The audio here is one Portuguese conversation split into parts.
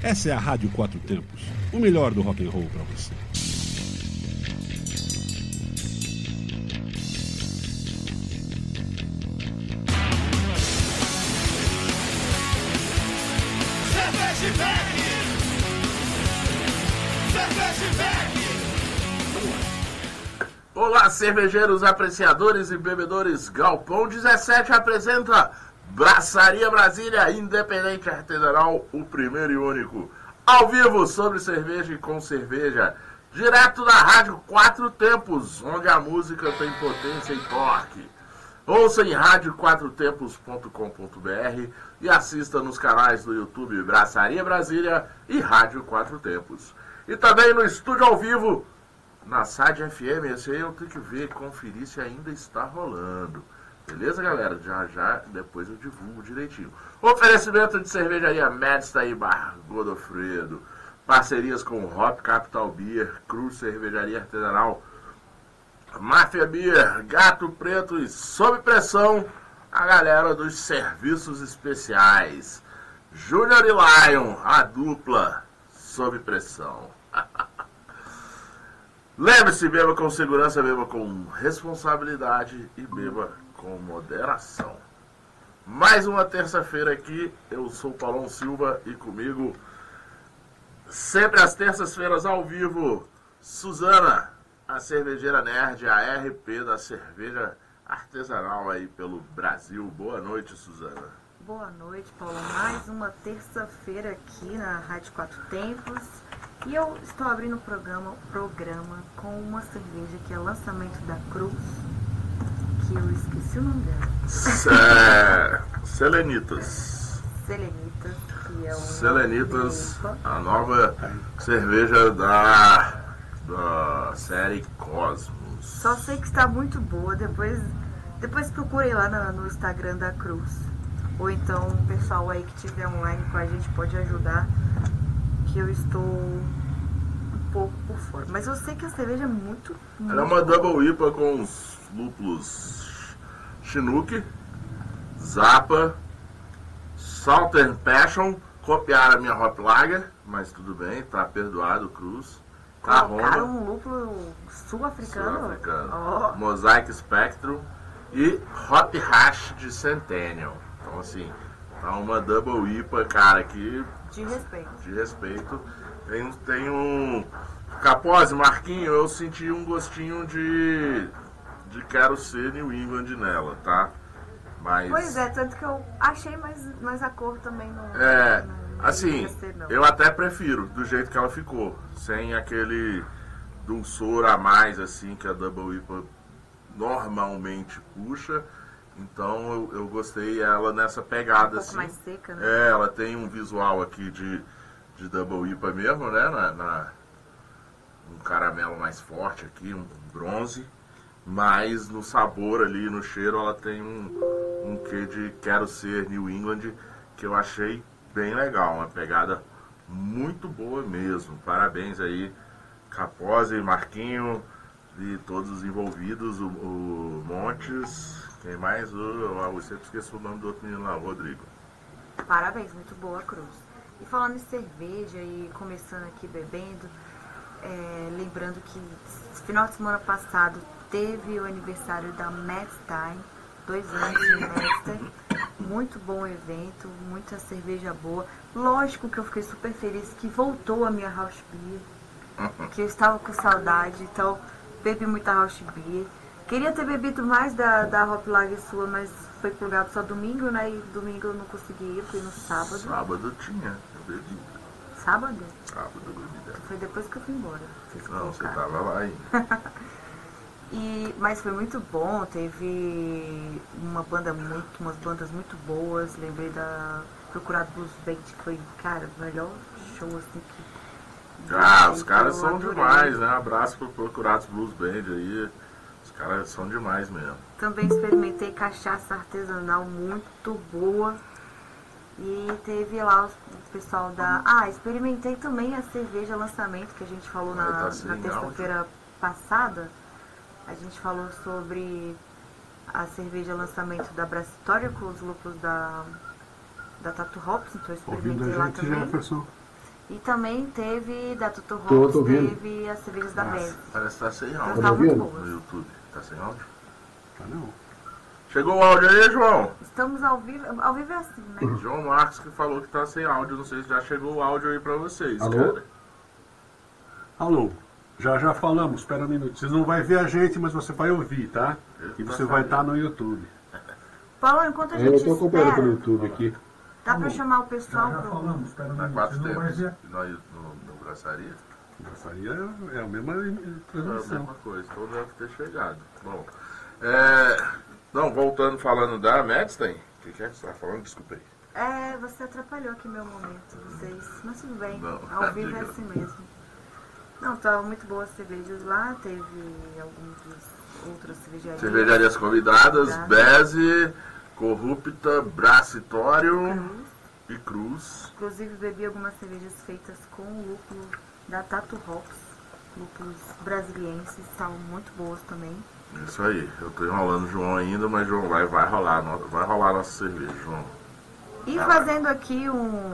Essa é a Rádio Quatro Tempos, o melhor do rock and roll para você. Olá, cervejeiros, apreciadores e bebedores. Galpão 17 apresenta Braçaria Brasília, independente artesanal, o primeiro e único. Ao vivo, sobre cerveja e com cerveja. Direto da Rádio Quatro Tempos, onde a música tem potência e torque. Ouça em radioquatrotempos.com.br e assista nos canais do YouTube Braçaria Brasília e Rádio Quatro Tempos. E também no estúdio ao vivo, na SAD FM. Esse aí eu tenho que ver, conferir se ainda está rolando. Beleza, galera? Já, depois eu divulgo direitinho. Oferecimento de cervejaria Médici e Bar Godofredo. Parcerias com Hop Capital Beer, Cruz Cervejaria Artesanal, Máfia Beer, Gato Preto e sob pressão, a galera dos serviços especiais. Júnior e Lion, a dupla sob pressão. Lembre-se, beba com segurança, beba com responsabilidade e beba com moderação. Mais uma terça-feira aqui, eu sou o Paulão Silva e comigo, sempre às terças-feiras ao vivo, Suzana, a cervejeira nerd, a RP da cerveja artesanal aí pelo Brasil. Boa noite, Suzana. Boa noite, Paulo. Mais uma terça-feira aqui na Rádio Quatro Tempos. E eu estou abrindo o programa com uma cerveja que é lançamento da Cruz, que eu esqueci o nome dela. Selenitas. Selenitas, que é um Selenitas, a nova cerveja da série Cosmos. Só sei que está muito boa. Depois procurei lá no Instagram da Cruz. Ou então o pessoal aí que estiver online com a gente pode ajudar, que eu estou um pouco por fora. Mas eu sei que a cerveja é muito Ela é uma Double IPA com os lúpulos Chinook, Zappa, Southern Passion. Copiaram a minha Hop Lager, mas tudo bem, tá perdoado, Cruz. Colocaram um lúpulo sul-africano. Oh. Mosaic Spectrum e Hop Hash de Centennial. Então assim, tá uma Double IPA, cara, que de respeito. Tem um Capozzi, Marquinho, eu senti um gostinho de quero ser New England nela, tá? Mas pois é, tanto que eu achei, mas a cor também não. Assim, não. Eu até prefiro do jeito que ela ficou, sem aquele dulçor a mais assim que a Double IPA normalmente puxa. Então eu gostei ela nessa pegada, um pouco assim. Mais seca, né? Ela tem um visual aqui de Double IPA mesmo, né? Um caramelo mais forte aqui, um bronze. Mas no sabor ali, no cheiro, ela tem um quê de quero ser New England, que eu achei bem legal. Uma pegada muito boa mesmo. Parabéns aí, Capozzi, Marquinho e todos os envolvidos, o Montes. Quem mais? Eu sempre esqueço o nome do outro menino lá, o Rodrigo. Parabéns, muito boa, Cruz. E falando em cerveja e começando aqui bebendo, lembrando que final de semana passado teve o aniversário da Madstein, 2 anos de Madstein. Muito bom evento, muita cerveja boa. Lógico que eu fiquei super feliz que voltou a minha House Beer, que eu estava com saudade, então bebi muita House Beer. Queria ter bebido mais da Hop Lager sua, mas foi plugado só domingo, né? E domingo eu não consegui ir, fui no sábado. Sábado tinha, eu bebi. Sábado? Sábado eu bebi. Foi depois que eu fui embora. Não, você tava lá ainda. Mas foi muito bom, teve umas bandas muito boas. Lembrei da Procurado Blues Band, que foi, cara, o melhor show assim que... os caras são demais, né? Abraço pro Procurados Blues Band aí. Os caras são demais mesmo. Também experimentei cachaça artesanal muito boa. E teve lá o pessoal da... experimentei também a cerveja lançamento que a gente falou na terça-feira passada. A gente falou sobre a cerveja lançamento da Brasitória com os lúpulos da Tatu Hops, então eu experimentei lá também. E também teve da Tutu Tô Hops, ouvindo. teve as cervejas da Bez. Parece que tá sem Elas áudio estavam muito ouvindo? no boas. YouTube. Tá sem áudio? Tá não. Chegou o áudio aí, João? Estamos ao vivo é assim, né? João Marcos que falou que tá sem áudio. Não sei se já chegou o áudio aí pra vocês, Alô? cara. Alô, já falamos, espera um minuto. Você não vai ver a gente, mas você vai ouvir, tá? E você vai estar no YouTube. Paulo, enquanto a Eu gente tô acompanhando pelo espera, YouTube aqui. dá pra chamar o pessoal pro... espera um Na quatro tempos. No Braçaria? Braçaria é a mesma É a transmissão. mesma coisa, então deve ter chegado. Bom, não, voltando falando da Medstein, o que é que você tá falando? Desculpa aí. Você atrapalhou aqui meu momento, vocês. Mas tudo bem, Não, ao vivo é diga. assim mesmo. Não, tava muito boas as cervejas lá, teve outras cervejarias. Cervejarias convidadas, Tá. Beze, Corrupta, Bracitório e Cruz. Inclusive bebi algumas cervejas feitas com o lúpulo da Tatu Hops, lúpulos brasilienses, estavam muito boas também. Isso aí, eu tô enrolando o João ainda, mas João vai rolar nossa cerveja, João. E fazendo aqui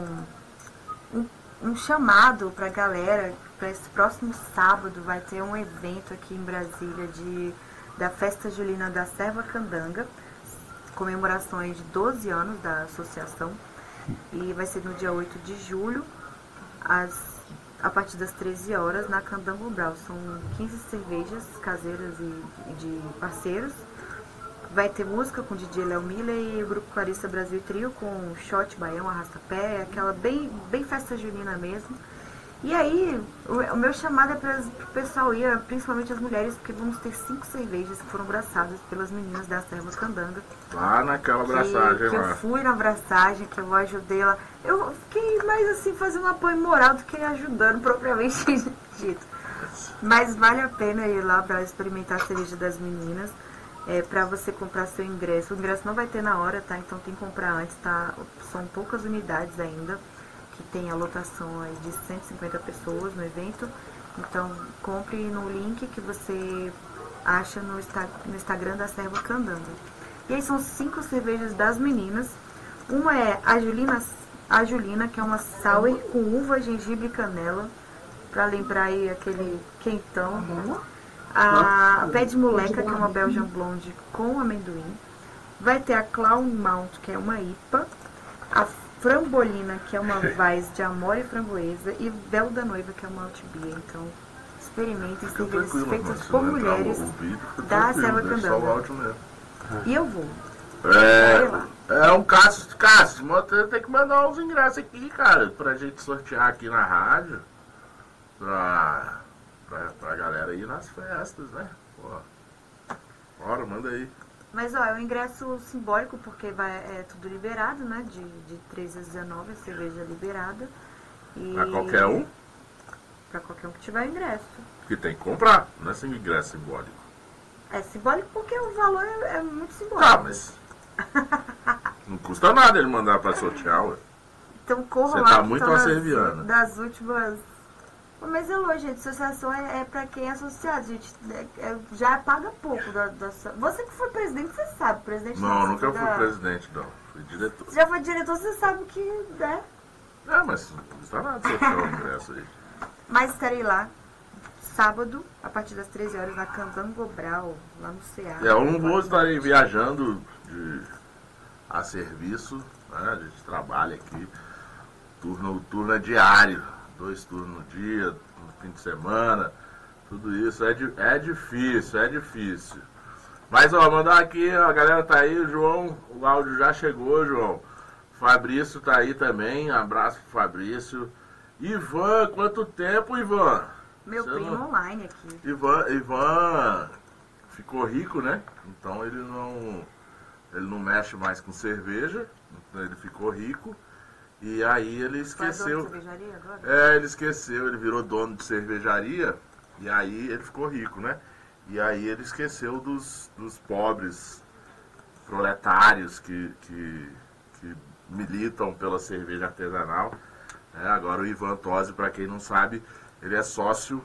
um chamado pra galera, para esse próximo sábado vai ter um evento aqui em Brasília da Festa Julina da Serva Candanga, comemorações de 12 anos da associação, e vai ser no dia 8 de julho, a partir das 13 horas, na Candango Brau. São 15 cervejas caseiras e de parceiros. Vai ter música com o DJ Léo Miller e o Grupo Clarissa Brasil Trio com shot, baião, arrasta-pé, aquela bem festa junina mesmo. E aí, o meu chamado é para o pessoal ir, principalmente as mulheres, porque vamos ter 5 cervejas que foram abraçadas pelas meninas da Serva Candanga. Lá naquela abraçagem que lá. eu fui na abraçagem, que eu ajudei lá. Eu fiquei mais assim, fazendo um apoio moral do que ajudando propriamente dito. Mas vale a pena ir lá para experimentar a cerveja das meninas. Para você comprar seu ingresso. O ingresso não vai ter na hora, tá? Então tem que comprar antes, tá? São poucas unidades ainda, que tem a lotação aí de 150 pessoas no evento. Então compre no link que você acha no Instagram da Serva Candanga. E aí são 5 cervejas das meninas. Uma é a Julina, que é uma sour com uva, gengibre e canela, para lembrar aí aquele quentão. A Pé de Moleca, que é uma Belgian Blonde com amendoim. Vai ter a Clown Mount, que é uma IPA. A Frambolina, que é uma Weiss de amor e framboesa. E Bel da Noiva, que é uma Altbier. Então, experimentem cervejas feitas por mulheres da Serva Candanga. E eu vou. É um Cássio, tem que mandar uns ingressos aqui, cara, pra gente sortear aqui na rádio. Pra galera ir nas festas, né? Pô. Bora, manda aí. Mas ó, é um ingresso simbólico, porque é tudo liberado, né? De 13 a 19, a cerveja liberada. E Pra qualquer um? Pra qualquer um que tiver ingresso. Que tem que comprar, não é sem ingresso simbólico. É simbólico porque o valor é muito simbólico. Tá, mas não custa nada ele mandar pra sortear, ué. Então corram Você lá. tá que muito são asserviana. das últimas... Mas é lógico, gente, associação é pra quem é associado, gente. Já paga pouco. Você que foi presidente, você sabe. Presidente Não, nunca foi fui presidente, não. Fui diretor. Você já foi diretor, você sabe que, né? Mas não custa nada sortear o ingresso aí. Mas estarei lá, sábado, a partir das 13 horas, na Candango Brau, lá no Ceará. Eu não vou estar aí viajando a serviço, né? A gente trabalha aqui, turno é diário, 2 turnos no dia, no fim de semana, tudo isso é difícil. Mas ó, mandar aqui, a galera tá aí, João, o áudio já chegou, João. Fabrício tá aí também, abraço pro Fabrício. Ivan, quanto tempo, Ivan? Meu Você primo não- online aqui. Ivan ficou rico, né? Então ele não mexe mais com cerveja, então ele ficou rico. E aí ele Faz dono de esqueceu. cervejaria agora? Ele esqueceu, ele virou dono de cervejaria e aí ele ficou rico, né? E aí ele esqueceu dos pobres proletários que militam pela cerveja artesanal. Agora o Ivan Tosi, para quem não sabe, ele é sócio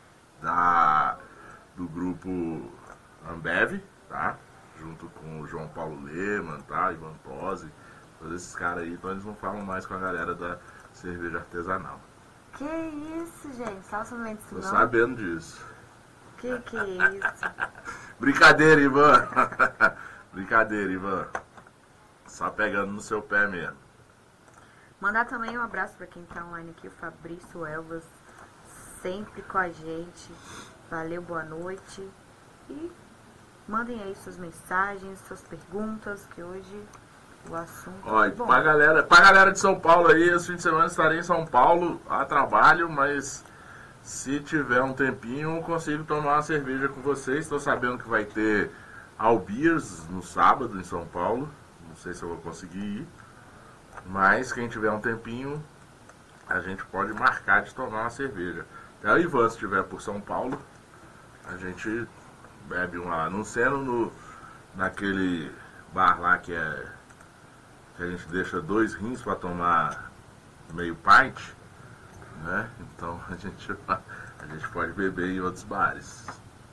do grupo Ambev, tá? Junto com o João Paulo Leman, tá? Ivan Tosi, todos esses caras aí, então eles não falam mais com a galera da cerveja artesanal. Que isso, gente? Estava sabendo disso, Tô não? sabendo disso. Que é isso? Brincadeira, Ivan. Brincadeira, Ivan. Só pegando no seu pé mesmo. Mandar também um abraço para quem tá online aqui, o Fabrício Elvas, sempre com a gente. Valeu, boa noite. E mandem aí suas mensagens, suas perguntas, que hoje o assunto Ó, é bom. pra galera de São Paulo aí, esse fim de semana estarei em São Paulo a trabalho, mas se tiver um tempinho eu consigo tomar uma cerveja com vocês. Estou sabendo que vai ter All Beers no sábado em São Paulo. Não sei se eu vou conseguir ir, mas quem tiver um tempinho a gente pode marcar de tomar uma cerveja. Até o Ivan, se estiver por São Paulo, a gente bebe um lá. Não sendo naquele bar lá que a gente deixa 2 rins para tomar meio pint, né? Então a gente pode beber em outros bares.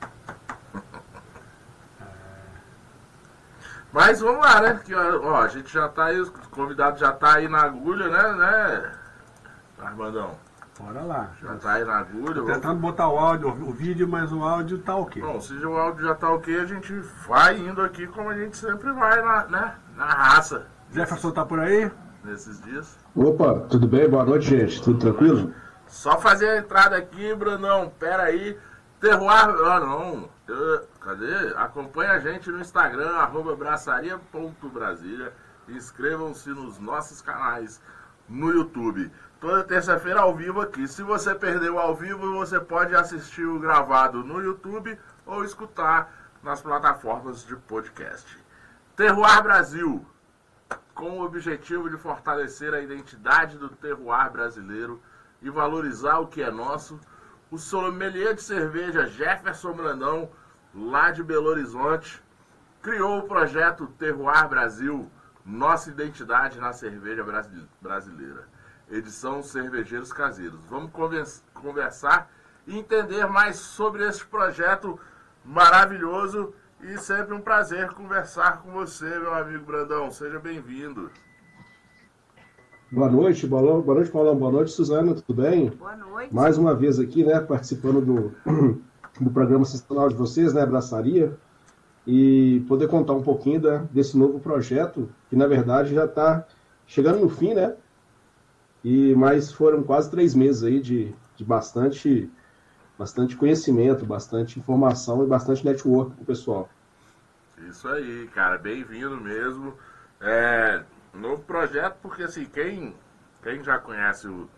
Mas vamos lá, né? Que, ó, a gente já tá aí, os convidados já tá aí na agulha, né, Armandão? Bora lá. Já tá aí na agulha. Tô tentando botar o áudio, o vídeo, mas o áudio tá ok. Bom, se o áudio já tá ok, a gente vai indo aqui como a gente sempre vai na raça. Jefferson tá por aí? Nesses dias. Opa, tudo bem? Boa noite, gente. Tudo tranquilo? Só fazer a entrada aqui, Brunão. Pera aí. Terroir. Ah, não. Cadê? Acompanhe a gente no Instagram, @braçaria.brasilia. Inscrevam-se nos nossos canais no YouTube. Toda terça-feira ao vivo aqui. Se você perdeu ao vivo, você pode assistir o gravado no YouTube ou escutar nas plataformas de podcast. Terroir Brasil, com o objetivo de fortalecer a identidade do terroir brasileiro e valorizar o que é nosso, o sommelier de cerveja Jefferson Brandão, lá de Belo Horizonte, criou o projeto Terroir Brasil, nossa identidade na cerveja brasileira. Edição Cervejeiros Caseiros. Vamos conversar e entender mais sobre esse projeto maravilhoso. E sempre um prazer conversar com você, meu amigo Brandão. Seja bem-vindo. Boa noite, Paulão. Boa noite, Suzana. Tudo bem? Boa noite. Mais uma vez aqui, né, participando do programa semanal de vocês, né, Braçaria, e poder contar um pouquinho desse novo projeto, que na verdade já está chegando no fim, né? Mas foram quase 3 meses aí de bastante conhecimento, bastante informação e bastante network pro pessoal. Isso aí, cara, bem-vindo mesmo. Novo projeto, porque assim, quem já conhece o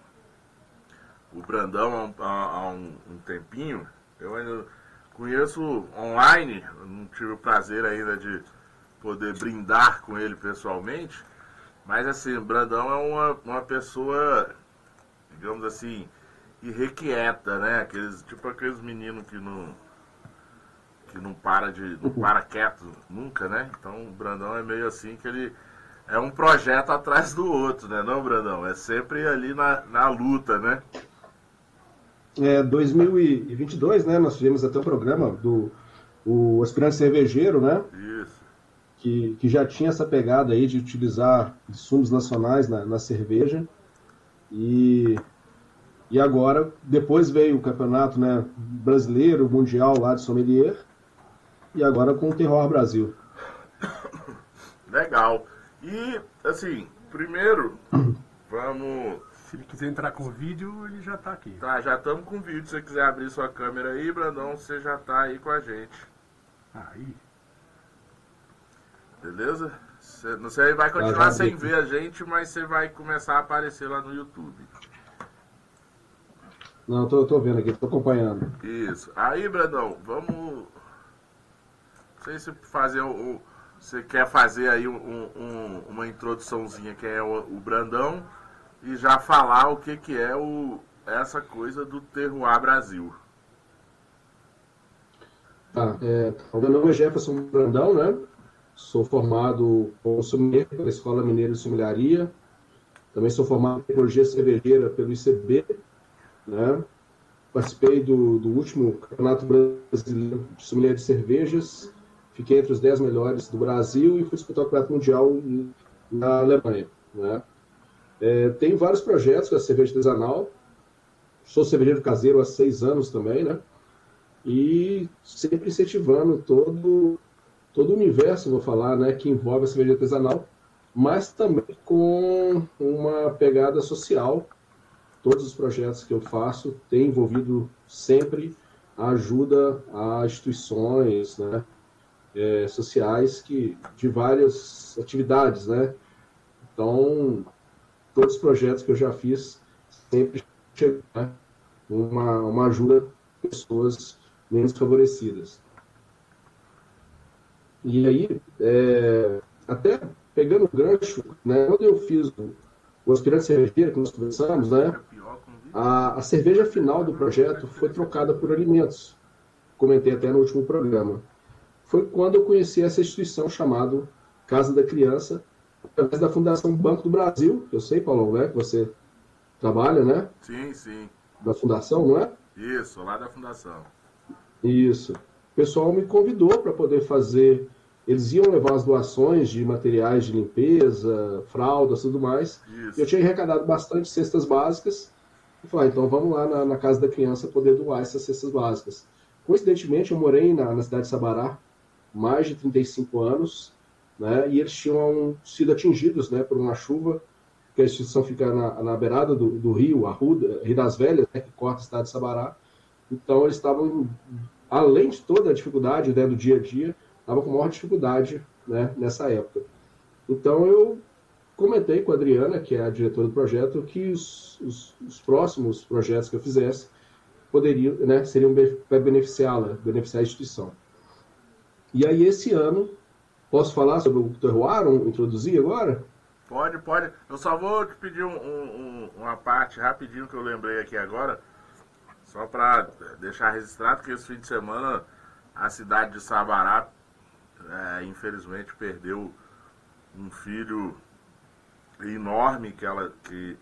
Brandão há um tempinho, eu ainda conheço online, não tive o prazer ainda de poder brindar com ele pessoalmente, mas assim, o Brandão é uma pessoa, digamos assim, irrequieta, né? Aqueles meninos que não para quieto nunca, né? Então o Brandão é meio assim, que ele é um projeto atrás do outro, né, não, Brandão? É sempre ali na luta, né? 2022, né? Nós tivemos até um programa o Aspirante Cervejeiro, né? Isso. Que já tinha essa pegada aí de utilizar insumos nacionais na cerveja. E agora, depois veio o campeonato, né, brasileiro, mundial lá de sommelier, e agora com o Terroir Brasil. Legal. E, assim, primeiro, vamos... Se ele quiser entrar com o vídeo, ele já tá aqui. Tá, já estamos com o vídeo. Se você quiser abrir sua câmera aí, Brandão, você já tá aí com a gente. Aí. Beleza? Você vai continuar sem ver a gente, mas você vai começar a aparecer lá no YouTube. Não, tô vendo aqui, tô acompanhando. Isso. Aí, Brandão, vamos... Não sei se você quer fazer aí uma introduçãozinha que é o Brandão e já falar o que é essa coisa do Terroir Brasil. Tá, o meu nome é Jefferson Brandão, né? Sou formado como sommelier pela Escola Mineira de Sommeliaria. Também sou formado em Tecnologia Cervejeira pelo ICB, né? Participei do último Campeonato Brasileiro de Sommelier de Cervejas. Fiquei entre os 10 melhores do Brasil e fui disputar o Campeonato Mundial na Alemanha, né? Tenho vários projetos com a cerveja artesanal. sou cervejeiro caseiro há 6 anos também, né? E sempre incentivando todo o universo, vou falar, né, que envolve a cerveja artesanal, mas também com uma pegada social. Todos os projetos que eu faço têm envolvido sempre a ajuda a instituições, né, sociais de várias atividades, né? Então, todos os projetos que eu já fiz sempre chegam, né, uma ajuda a pessoas menos favorecidas. E aí, até pegando o gancho, né, quando eu fiz o aspirante cervejeiro que nós conversamos, né, a cerveja final do projeto foi trocada por alimentos. Comentei até no último programa. Foi quando eu conheci essa instituição chamada Casa da Criança, através da Fundação Banco do Brasil. Eu sei, Paulão, né, que você trabalha, né? Sim, sim. Da fundação, não é? Isso, lá da fundação. Isso. O pessoal me convidou para poder fazer. Eles iam levar as doações de materiais de limpeza, fraldas e tudo mais. Isso. Eu tinha arrecadado bastante cestas básicas. E falei, então vamos lá na Casa da Criança poder doar essas cestas básicas. Coincidentemente, eu morei na cidade de Sabará mais de 35 anos, né? E eles tinham sido atingidos, né, por uma chuva, que a instituição fica na beirada do rio, Rio das Velhas, né, que corta a cidade de Sabará. Então eles estavam, além de toda a dificuldade, né, do dia a dia, estavam com maior dificuldade, né, nessa época. Então eu comentei com a Adriana, que é a diretora do projeto, que os próximos projetos que eu fizesse poderiam, né, seriam para beneficiá-la, beneficiar a instituição. E aí esse ano, posso falar sobre o terroir, introduzir agora? Pode. Eu só vou te pedir uma parte rapidinho que eu lembrei aqui agora, só para deixar registrado que esse fim de semana a cidade de Sabará, infelizmente, perdeu um filho enorme que ela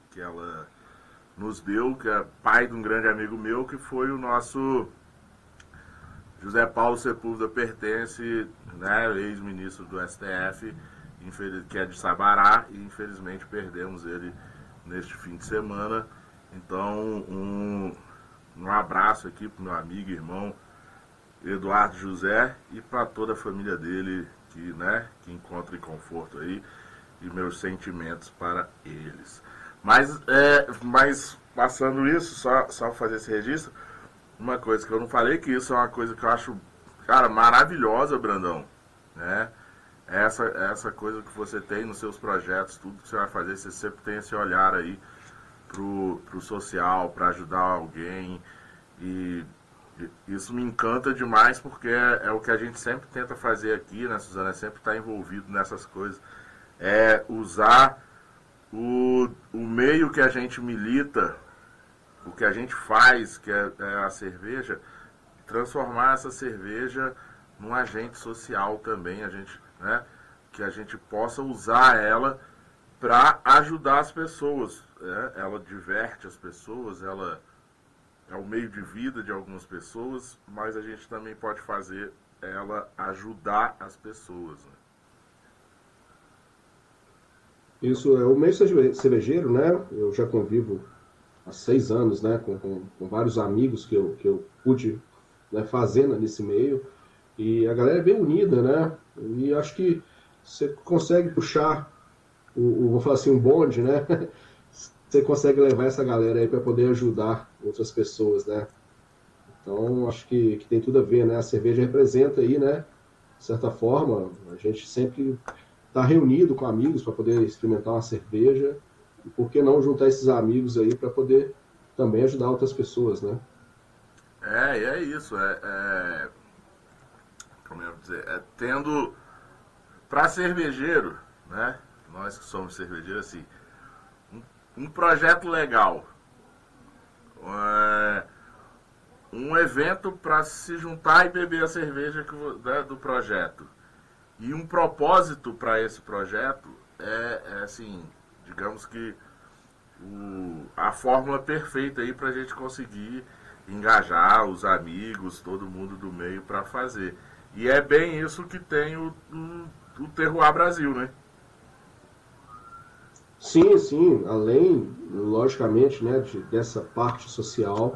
nos deu, que é pai de um grande amigo meu, que foi o nosso José Paulo Sepúlveda Pertence, né, ex-ministro do STF, que é de Sabará, e infelizmente perdemos ele neste fim de semana. Então, um abraço aqui para o meu amigo e irmão Eduardo José e para toda a família dele que encontra conforto aí, e meus sentimentos para eles. Mas passando isso, só fazer esse registro, uma coisa que eu não falei, que isso é uma coisa que eu acho, cara, maravilhosa, Brandão, né? Essa coisa que você tem nos seus projetos, tudo que você vai fazer, você sempre tem esse olhar aí pro social, para ajudar alguém, e isso me encanta demais, porque é o que a gente sempre tenta fazer aqui, né, Suzana? Sempre estar envolvido nessas coisas, usar o meio que a gente milita, o que a gente faz, que é a cerveja, transformar essa cerveja num agente social também, né, que a gente possa usar ela para ajudar as pessoas, né? Ela diverte as pessoas, ela é o meio de vida de algumas pessoas, mas a gente também pode fazer ela ajudar as pessoas, né? Isso é o meio cervejeiro, né? Eu já convivo há 6 anos, né? Com vários amigos que eu pude, né, fazendo nesse meio. E a galera é bem unida, né? E acho que você consegue puxar, vou falar assim, um bonde, né? Você consegue levar essa galera aí para poder ajudar outras pessoas, né? Então, acho que tem tudo a ver, né? A cerveja representa aí, né? De certa forma, a gente sempre está reunido com amigos para poder experimentar uma cerveja. E por que não juntar esses amigos aí para poder também ajudar outras pessoas, né? E é isso. Como eu vou dizer, tendo para cervejeiro, né? Nós que somos cervejeiros, assim, um projeto legal, um evento para se juntar e beber a cerveja do projeto, e um propósito para esse projeto assim, digamos que a fórmula perfeita aí para a gente conseguir engajar os amigos, todo mundo do meio para fazer. E é bem isso que tem o Terroir Brasil, né? Sim, sim, além, logicamente, né, dessa parte social,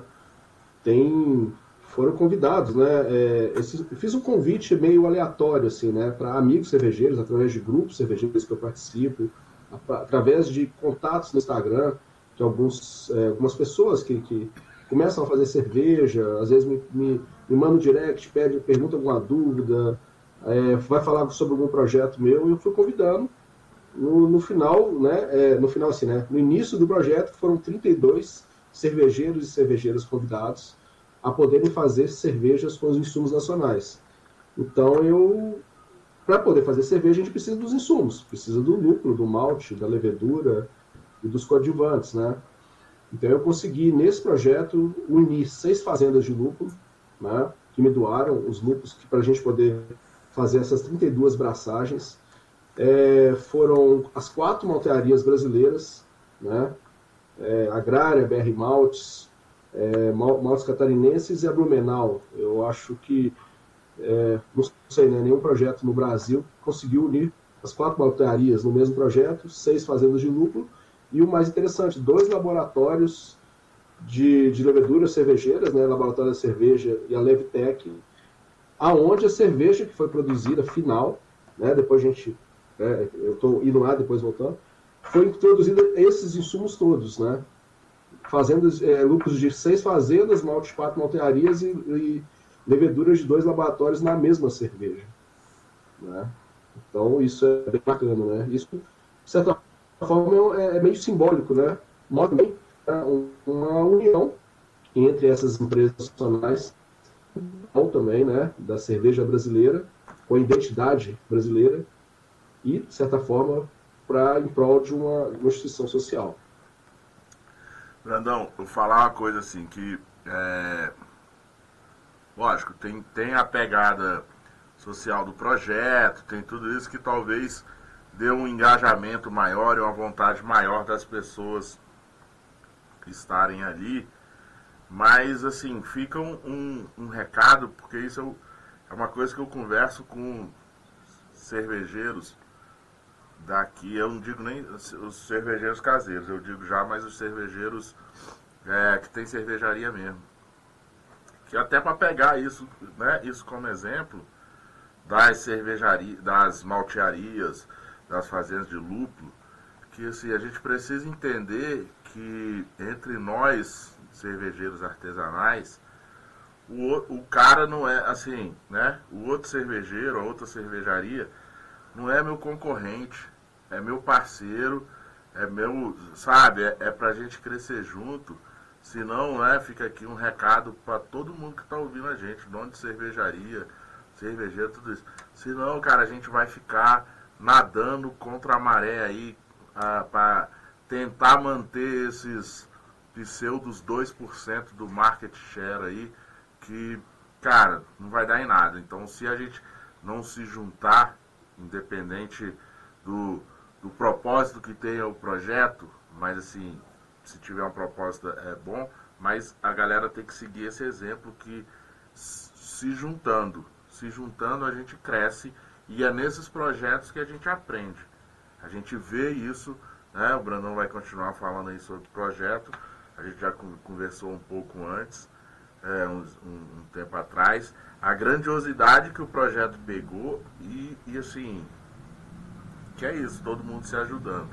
foram convidados, né, fiz um convite meio aleatório, assim, né, para amigos cervejeiros, através de grupos cervejeiros que eu participo, através de contatos no Instagram, de algumas pessoas que começam a fazer cerveja, às vezes me mandam um direct, pergunta alguma dúvida, vai falar sobre algum projeto meu, e eu fui convidando. No final, né, no final assim, né, no início do projeto foram 32 cervejeiros e cervejeiras convidados a poderem fazer cervejas com os insumos nacionais. Então para poder fazer cerveja a gente precisa dos insumos, precisa do lúpulo, do malte, da levedura e dos coadjuvantes, né? Então eu consegui nesse projeto unir 6 fazendas de lúpulo, né, que me doaram os lúpulos para a gente poder fazer essas 32 braçagens. Foram as 4 maltearias brasileiras, né? Agrária, BR Maltes, Maltes Catarinenses e a Blumenau. Eu acho que, não sei, né, nenhum projeto no Brasil conseguiu unir as 4 maltearias no mesmo projeto, 6 fazendas de lúpulo, e o mais interessante, 2 laboratórios de leveduras cervejeiras, né, Laboratório da Cerveja e a Levtech, aonde a cerveja que foi produzida final, né, depois a gente eu estou indo lá, depois voltando, foi introduzida esses insumos todos, né? Fazendas, lucros de 6 fazendas, malte de 4 maltearias e leveduras de 2 laboratórios na mesma cerveja, né? Então isso é bem bacana, né? Isso, de certa forma, é meio simbólico, né? Mostra bem uma união entre essas empresas nacionais, também, né? Da cerveja brasileira, com a identidade brasileira, e, de certa forma, em prol de uma instituição social. Brandão, eu vou falar uma coisa assim, que lógico, tem a pegada social do projeto, tem tudo isso que talvez dê um engajamento maior e uma vontade maior das pessoas estarem ali, mas assim, fica um recado, porque isso é uma coisa que eu converso com cervejeiros daqui, eu não digo nem os cervejeiros caseiros, eu digo já mais os cervejeiros que tem cervejaria mesmo. Que até para pegar isso, né, isso como exemplo das cervejarias, das maltearias, das fazendas de lúpulo, que assim, a gente precisa entender que entre nós, cervejeiros artesanais, o cara não é assim, né? O outro cervejeiro, a outra cervejaria, não é meu concorrente, é meu parceiro, é meu, sabe, é pra gente crescer junto. Senão, né, fica aqui um recado para todo mundo que tá ouvindo a gente, dono de cervejaria, cervejeiro, tudo isso. Senão, cara, a gente vai ficar nadando contra a maré aí para tentar manter esses pseudos 2% do market share aí, que, cara, não vai dar em nada. Então, se a gente não se juntar, independente do propósito que tenha o projeto, mas assim, se tiver um propósito é bom, mas a galera tem que seguir esse exemplo que se juntando a gente cresce, e é nesses projetos que a gente aprende. A gente vê isso, né? O Brandão vai continuar falando aí sobre o projeto, a gente já conversou um pouco antes, um tempo atrás, a grandiosidade que o projeto pegou e assim, que é isso, todo mundo se ajudando,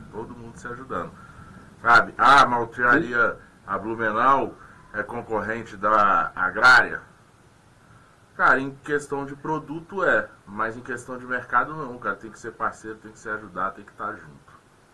sabe? A maltearia, a Blumenau é concorrente da Agrária. Cara, em questão de produto mas em questão de mercado não, cara, tem que ser parceiro, tem que se ajudar, tem que estar junto.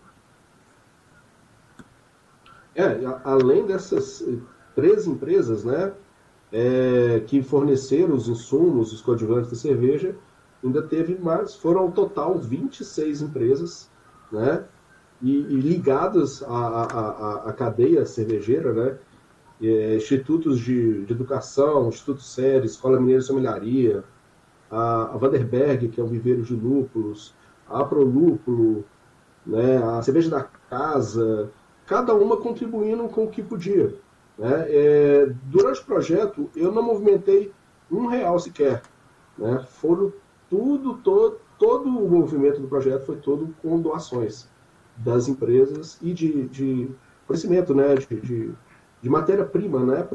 Além dessas 3 empresas, né, que forneceram os insumos, os coadjuvantes da cerveja, ainda teve mais, foram ao total 26 empresas, né, e ligadas à cadeia cervejeira, né, institutos de educação, Instituto Série, Escola Mineira de Sommeliaria, a Vanderberg, que é um viveiro de lúpulos, a Prolúpulo, né, a Cerveja da Casa, cada uma contribuindo com o que podia. Né? Durante o projeto, eu não movimentei R$1 sequer. Né? Todo o movimento do projeto foi todo com doações. das empresas e de fornecimento, né, de matéria-prima, né,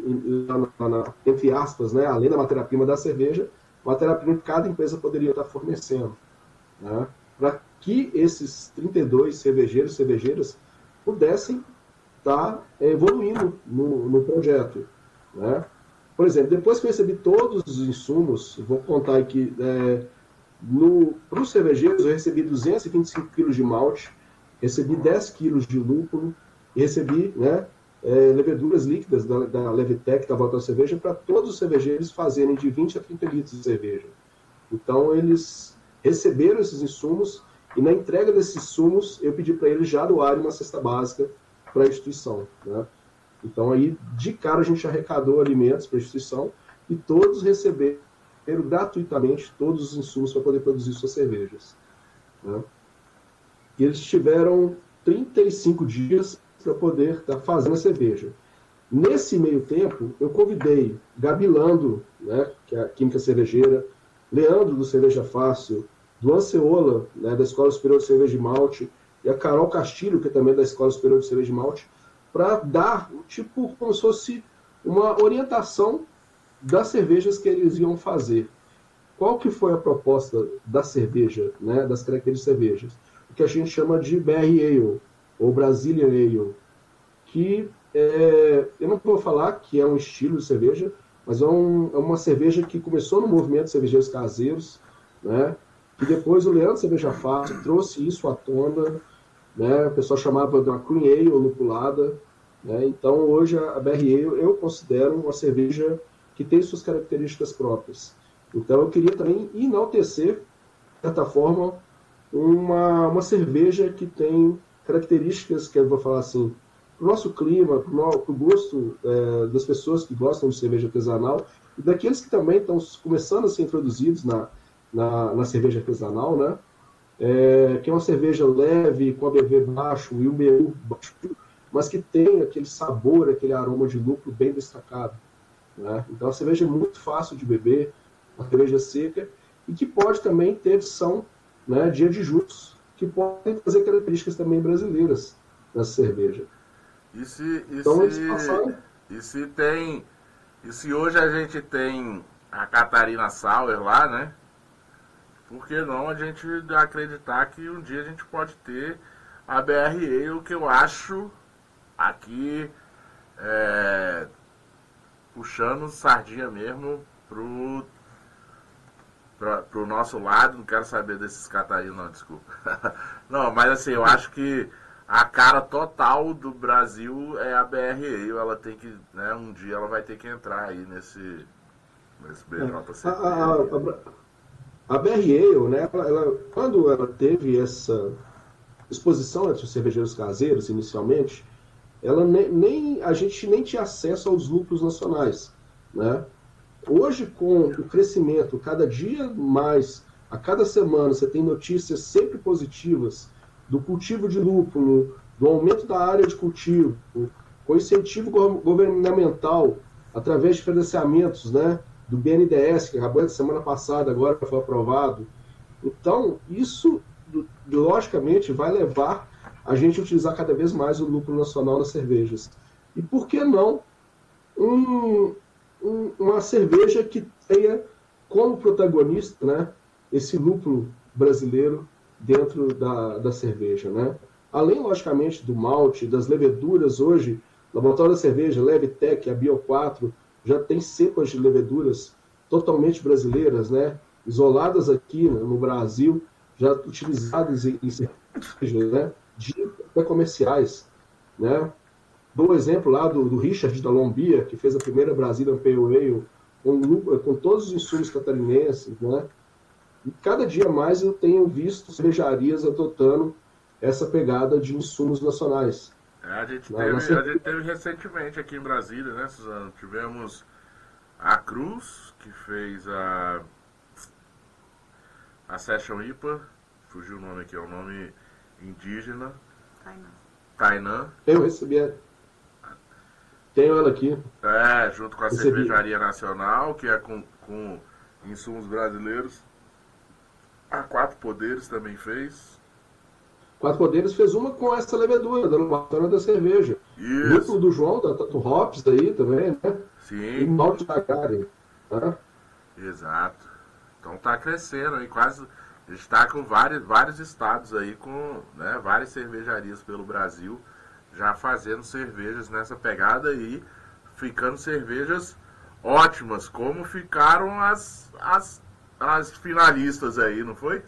entre aspas, né, além da matéria-prima da cerveja, matéria-prima que cada empresa poderia estar fornecendo, né, para que esses 32 cervejeiros e cervejeiras pudessem estar evoluindo no projeto, né. Por exemplo, depois que eu recebi todos os insumos, vou contar aqui, para os cervejeiros eu recebi 225 quilos de malte, recebi 10 quilos de lúpulo e recebi, né, leveduras líquidas da Levitec, da Volta da Cerveja, para todos os cervejeiros fazerem de 20 a 30 litros de cerveja. Então, eles receberam esses insumos e na entrega desses insumos eu pedi para eles já doarem uma cesta básica para a instituição, né? Então, aí, de cara, a gente arrecadou alimentos para a instituição e todos receberam gratuitamente todos os insumos para poder produzir suas cervejas, né? E eles tiveram 35 dias para poder estar fazendo a cerveja. Nesse meio tempo, eu convidei Gabi Lando, né, que é a química cervejeira, Leandro, do Cerveja Fácil, Duan Ceola, né, da Escola Superior de Cerveja de Malte, e a Carol Castilho, que é também da Escola Superior de Cerveja de Malte, para dar, tipo, como se fosse uma orientação das cervejas que eles iam fazer. Qual que foi a proposta da cerveja, né, das características de cervejas? O que a gente chama de BR Ale, ou Brazilian Ale, que eu não vou falar que é um estilo de cerveja, mas é uma cerveja que começou no movimento de cervejeiros caseiros, né, e depois o Leandro Cerveja Fácil trouxe isso à tona, né, o pessoal chamava de uma Cream Ale ou lupulada, né, então hoje a BR Ale eu considero uma cerveja que tem suas características próprias. Então eu queria também enaltecer, de certa forma, uma cerveja que tem características que eu vou falar assim, para o nosso clima, para o gosto das pessoas que gostam de cerveja artesanal e daqueles que também estão começando a ser introduzidos na cerveja artesanal, né? Que é uma cerveja leve, com ABV baixo e um BU baixo, mas que tem aquele sabor, aquele aroma de lúpulo bem destacado, né? Então a cerveja é muito fácil de beber, uma cerveja seca, e que pode também ter adição, né, de adjuntos, que podem trazer características também brasileiras nessa cerveja. Então eles passaram... E se hoje a gente tem a Catarina Sauer lá, né? Por que não a gente acreditar que um dia a gente pode ter a BR Ale, que eu acho aqui puxando sardinha mesmo pro nosso lado. Não quero saber desses Catarina, não, desculpa. Não, mas assim, eu acho que a cara total do Brasil é a BR Ale. Ela tem que, né, um dia ela vai ter que entrar aí nesse BJCP. A BR Ale, né, quando ela teve essa exposição entre os cervejeiros caseiros, inicialmente, a gente nem tinha acesso aos lucros nacionais, né? Hoje, com o crescimento cada dia mais, a cada semana, você tem notícias sempre positivas do cultivo de lúpulo, do aumento da área de cultivo, com incentivo governamental, através de financiamentos, né, do BNDES, que acabou de semana passada, agora foi aprovado. Então, isso, logicamente, vai levar a gente a utilizar cada vez mais o lúpulo nacional nas cervejas. E por que não uma cerveja que tenha como protagonista, né, esse lúpulo brasileiro dentro da cerveja, né? Além, logicamente, do malte, das leveduras, hoje, o Laboratório da Cerveja, Levitec, a Bio4, já tem cepas de leveduras totalmente brasileiras, né, isoladas aqui no Brasil, já utilizadas em cervejas, né, comerciais, né? Dou o exemplo lá do Richard da Lombia, que fez a primeira Brazilian Pale Ale, com todos os insumos catarinenses, né? E cada dia mais eu tenho visto cervejarias adotando essa pegada de insumos nacionais. A gente teve recentemente aqui em Brasília, né, Suzano? Tivemos a Cruz, que fez a Session IPA, fugiu o nome aqui, é o nome indígena. Tainã. Eu recebi. Tenho ela aqui. Junto com a Cervejaria Nacional, que é com insumos brasileiros. A Quatro Poderes também fez. Quatro Poderes fez uma com essa levedura, da Novatana da cerveja. O lúpulo do João, da Tatu Hops aí também, né? Sim. E malte da Garen, né? Exato. Então tá crescendo aí, quase. A gente tá com vários estados aí, com, né, várias cervejarias pelo Brasil, já fazendo cervejas nessa pegada aí, ficando cervejas ótimas, como ficaram as finalistas aí, não foi?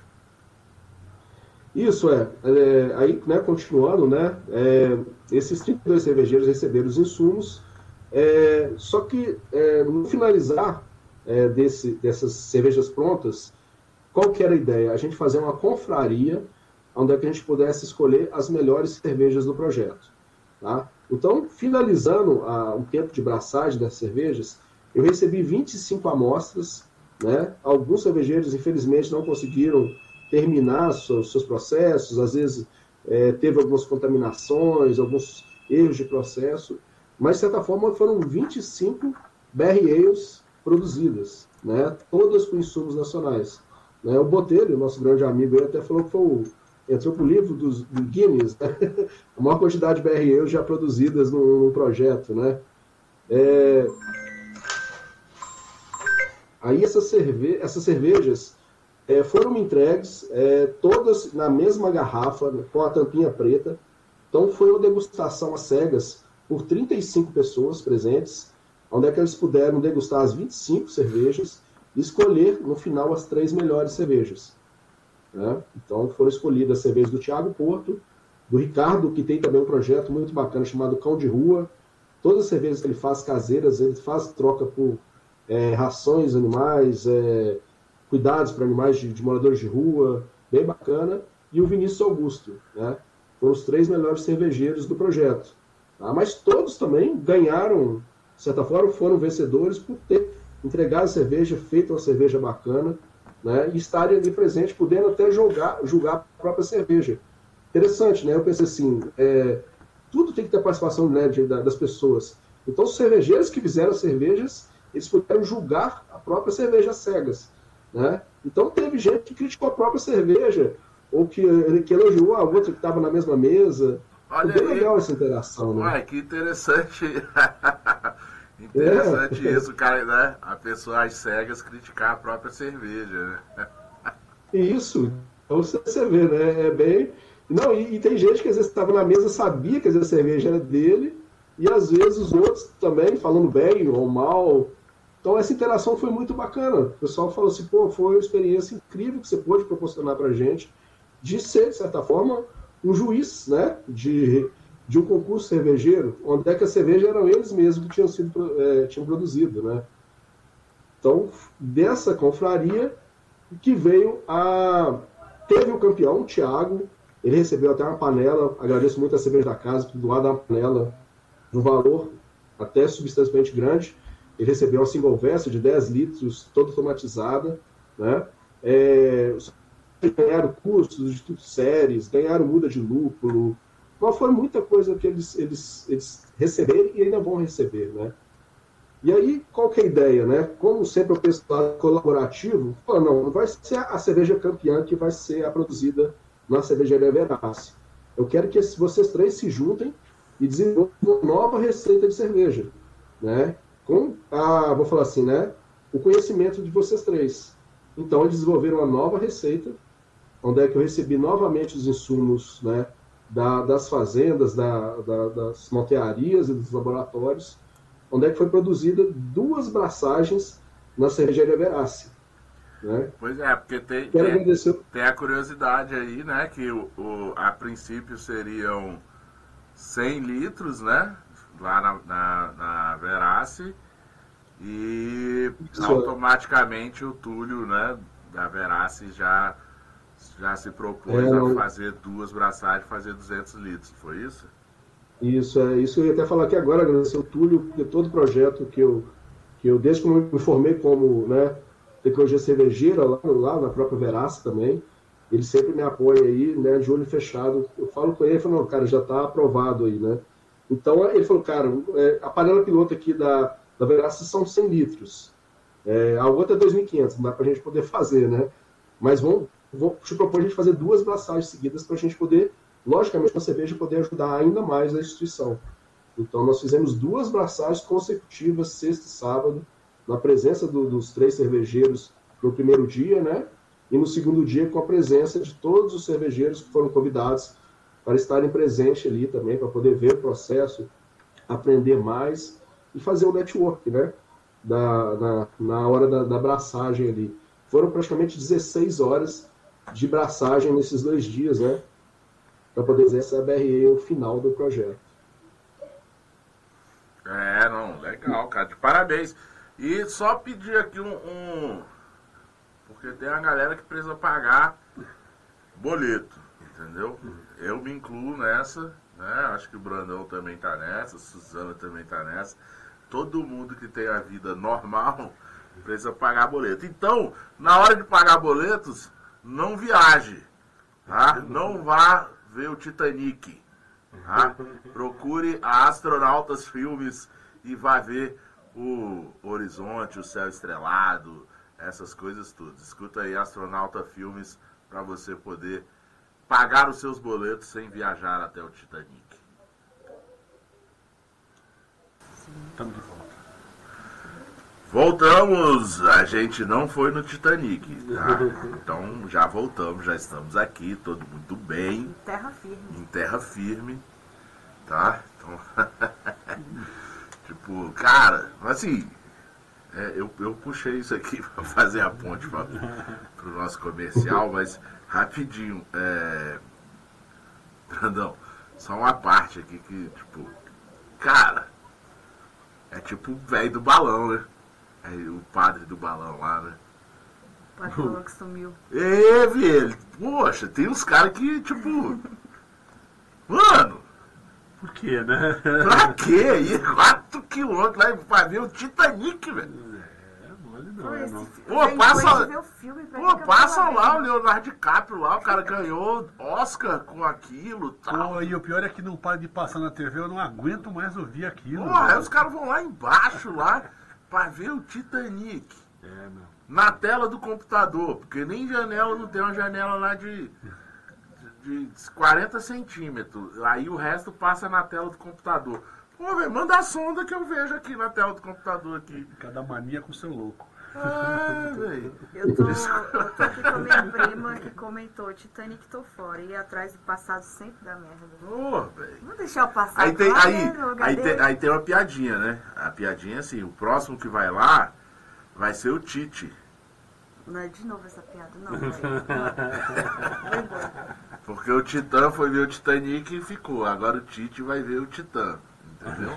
Isso aí, né, continuando, né, esses 32 cervejeiros receberam os insumos, só que no finalizar dessas cervejas prontas, qual que era a ideia? A gente fazer uma confraria, onde é que a gente pudesse escolher as melhores cervejas do projeto. Tá? Então, finalizando o tempo de braçagem das cervejas, eu recebi 25 amostras, né? Alguns cervejeiros, infelizmente, não conseguiram terminar seus processos, às vezes teve algumas contaminações, alguns erros de processo, mas, de certa forma, foram 25 Barrel Ales produzidas, né? Todas com insumos nacionais. Né? O Botelho, nosso grande amigo, ele até falou que entrou para o livro do Guinness, né? A maior quantidade de Barrel Ales já produzidas no projeto. Né? Aí essas cervejas foram entregues, todas na mesma garrafa, com a tampinha preta. Então foi uma degustação às cegas por 35 pessoas presentes, onde é que eles puderam degustar as 25 cervejas e escolher, no final, as 3 melhores cervejas. Né? Então foram escolhidas as cervejas do Thiago Porto, do Ricardo, que tem também um projeto muito bacana chamado Cão de Rua. Todas as cervejas que ele faz caseiras, ele faz troca por rações animais, cuidados para animais de moradores de rua, bem bacana. E o Vinícius Augusto, né? Foram os 3 melhores cervejeiros do projeto. Tá? Mas todos também ganharam, de certa forma, foram vencedores por ter entregado a cerveja, feito uma cerveja bacana, né? E estarem ali presentes, podendo até julgar a própria cerveja. Interessante, né? Eu pensei assim, tudo tem que ter participação, né, das pessoas. Então, os cervejeiros que fizeram as cervejas, eles puderam julgar a própria cerveja às cegas. Né? Então, teve gente que criticou a própria cerveja, ou que elogiou a outra que estava na mesma mesa. Olha Foi bem aí. legal essa interação. Né? Uai, que interessante. Interessante isso, cara, né? A pessoa às cegas criticar a própria cerveja, né? Isso. Então você vê, né? É bem. Não, e tem gente que às vezes estava na mesa, sabia que a cerveja era dele, e às vezes os outros também, falando bem ou mal. Então essa interação foi muito bacana. O pessoal falou assim, pô, foi uma experiência incrível que você pôde proporcionar pra gente, de ser, de certa forma, um juiz, né? De um concurso cervejeiro, onde é que a cerveja eram eles mesmos que tinham produzido, né? Então, dessa confraria que teve o campeão, o Thiago, ele recebeu até uma panela, agradeço muito a Cerveja da Casa, por doar uma panela de um valor até substancialmente grande. Ele recebeu uma single vessel de 10 litros, toda automatizada, né? Ganharam cursos de Instituto Séries, ganharam muda de lúpulo. Então foi muita coisa que eles receberam e ainda vão receber, né? E aí, qual que é a ideia, né? Como sempre eu penso lá colaborativo, não vai ser a cerveja campeã que vai ser a produzida na cervejaria Veracity. Eu quero que vocês 3 se juntem e desenvolvam uma nova receita de cerveja, né? Com vou falar assim, né? O conhecimento de vocês 3. Então, eles desenvolveram uma nova receita, onde é que eu recebi novamente os insumos, né? Das fazendas, das maltearias e dos laboratórios, onde é que foi produzida 2 braçagens na cervejaria Veracity. Né? Pois é, porque tem a curiosidade aí, né? Que a princípio seriam 100 litros, né? Lá na Veracity, e automaticamente o Túlio, né? Da Veracity já se propôs a fazer 2 braçagens, fazer 200 litros, foi isso? Isso eu ia até falar aqui agora, agradecer o Túlio, porque todo projeto que eu desde que eu me formei como, né, tecnologia cervejeira lá na própria Veracity também, ele sempre me apoia aí, né, de olho fechado. Eu falo com ele, ele fala, não, cara, já está aprovado aí, né? Então ele falou, cara, a panela piloto aqui da Veracity são 100 litros, a outra é 2.500, não dá para a gente poder fazer, né? Mas vou te propor a gente fazer 2 braçagens seguidas para a gente poder logicamente, a cerveja poder ajudar ainda mais a instituição. Então, nós fizemos 2 braçagens consecutivas, sexta e sábado, na presença dos 3 cervejeiros no primeiro dia, né? E no segundo dia, com a presença de todos os cervejeiros que foram convidados para estarem presentes ali também, para poder ver o processo, aprender mais e fazer o network, né? Na hora da braçagem ali. Foram praticamente 16 horas de braçagem nesses 2 dias, né? Para poder fazer essa BRE, o final do projeto. Não, legal, cara, de parabéns. E só pedir aqui porque tem a galera que precisa pagar boleto, entendeu? Eu me incluo nessa, né? Acho que o Brandão também tá nessa, a Suzana também tá nessa. Todo mundo que tem a vida normal precisa pagar boleto. Então, na hora de pagar boletos, não viaje, tá? Não vá ver o Titanic, tá? Procure a Astronautas Filmes e vá ver o Horizonte, o Céu Estrelado, essas coisas tudo. Escuta aí Astronauta Filmes para você poder pagar os seus boletos sem viajar até o Titanic. Estamos de volta. Voltamos, a gente não foi no Titanic, tá? Então já voltamos, já estamos aqui, todo mundo bem. Em terra firme. Em terra firme, tá? Então, tipo, cara, assim, eu puxei isso aqui para fazer a ponte para o nosso comercial, mas rapidinho, Brandão, só uma parte aqui que, tipo, cara, é tipo o velho do balão, né? É o padre do balão lá, né? O padre falou que sumiu. Velho, poxa, tem uns caras que, tipo, mano, Por quê, né? pra quê? Ir 4 quilômetros lá pra ver o Titanic, velho. Não é não. Pô, passa, ver o filme pra pô, que passa eu vou lá ver? o Leonardo DiCaprio lá, o cara ganhou Oscar com aquilo e tal. Pô, e o pior é que não para de passar na TV, eu não aguento mais ouvir aquilo. Porra, aí velho. os caras vão lá embaixo lá pra ver o Titanic. Meu. Na tela do computador, porque nem janela não tem, uma janela lá de 40 centímetros. Aí o resto passa na tela do computador. Pô, velho, manda a sonda que eu vejo aqui na tela do computador aqui. Cada mania com seu louco. Velho. Eu tô aqui com a minha prima que comentou, Titanic tô fora. E atrás do passado sempre dá merda. Pô, velho. Vamos deixar o passado Aí tem, lá, aí, né, no lugar aí, dele. tem, aí tem uma piadinha, né? A piadinha é assim, o próximo que vai lá vai ser o Tite. Não é de novo essa piada, não. Vai embora. Porque o Titã foi ver o Titanic e ficou. Agora o Tite vai ver o Titã. Entendeu?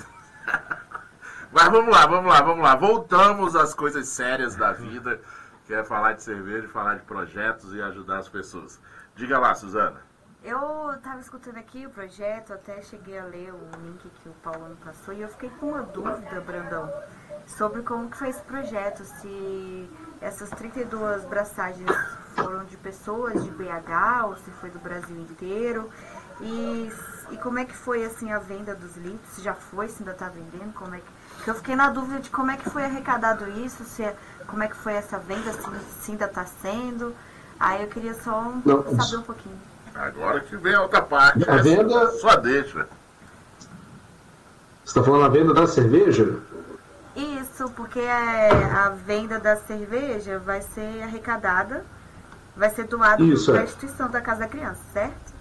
Mas vamos lá. Voltamos às coisas sérias da vida, que é falar de cerveja, falar de projetos e ajudar as pessoas. Diga lá, Suzana. Eu tava escutando aqui o projeto, até cheguei a ler o link que o Paulo me passou e eu fiquei com uma dúvida, Brandão, sobre como que foi esse projeto, se essas 32 braçagens foram de pessoas de BH ou se foi do Brasil inteiro e como é que foi assim a venda dos litros, se já foi, se ainda tá vendendo, como é que... Porque eu fiquei na dúvida de como é que foi arrecadado isso, como é que foi essa venda, se ainda tá sendo, aí eu queria só saber um pouquinho. Agora que vem a outra parte. A venda... Só deixa. Você está falando a venda da cerveja? Isso, porque a venda da cerveja vai ser arrecadada, vai ser doada para a instituição da Casa da Criança, certo?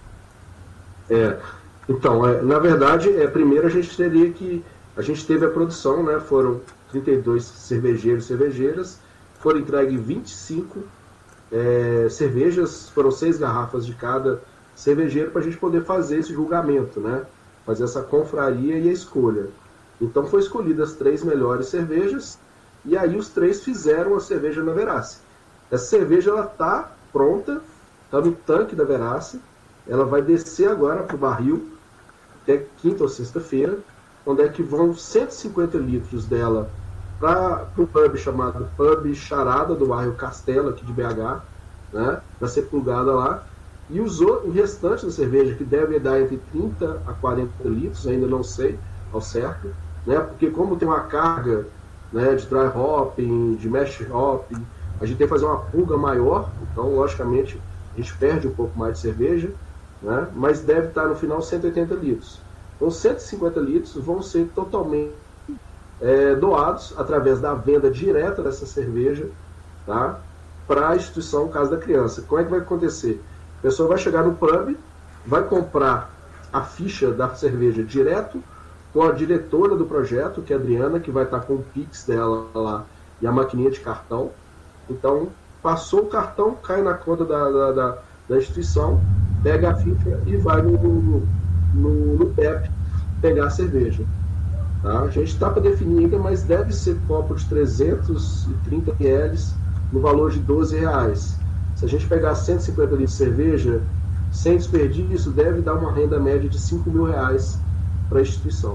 Então, na verdade, primeiro a gente teve a produção, né? Foram 32 cervejeiros e cervejeiras, foram entregues 25 cervejas, foram 6 garrafas de cada cervejeiro para a gente poder fazer esse julgamento, né? Fazer essa confraria e a escolha. Então foi escolhidas as 3 melhores cervejas e aí os 3 fizeram a cerveja na Verace. Essa cerveja ela está pronta, está no tanque da Verace, ela vai descer agora para o barril até quinta ou sexta-feira, onde é que vão 150 litros dela para o pub chamado Pub Charada, do bairro Castelo, aqui de BH, né? Vai ser plugada lá. E o restante da cerveja, que deve dar entre 30 a 40 litros, ainda não sei ao certo, né? Porque como tem uma carga, né, de dry hopping, de mash hopping, a gente tem que fazer uma pulga maior, então logicamente a gente perde um pouco mais de cerveja. né? Mas deve estar no final 180 litros. Então 150 litros vão ser totalmente doados através da venda direta dessa cerveja, tá? Para a instituição Casa da Criança. Como é que vai acontecer? A pessoa vai chegar no pub, vai comprar a ficha da cerveja direto com a diretora do projeto, que é a Adriana, que vai estar com o Pix dela lá e a maquininha de cartão. Então, passou o cartão, cai na conta da instituição, pega a ficha e vai no PEP pegar a cerveja. Tá? A gente está para definir ainda, mas deve ser copo de 330 ml no valor de R$12. Se a gente pegar 150 litros de cerveja, sem desperdício, deve dar uma renda média de R$5.000 para a instituição.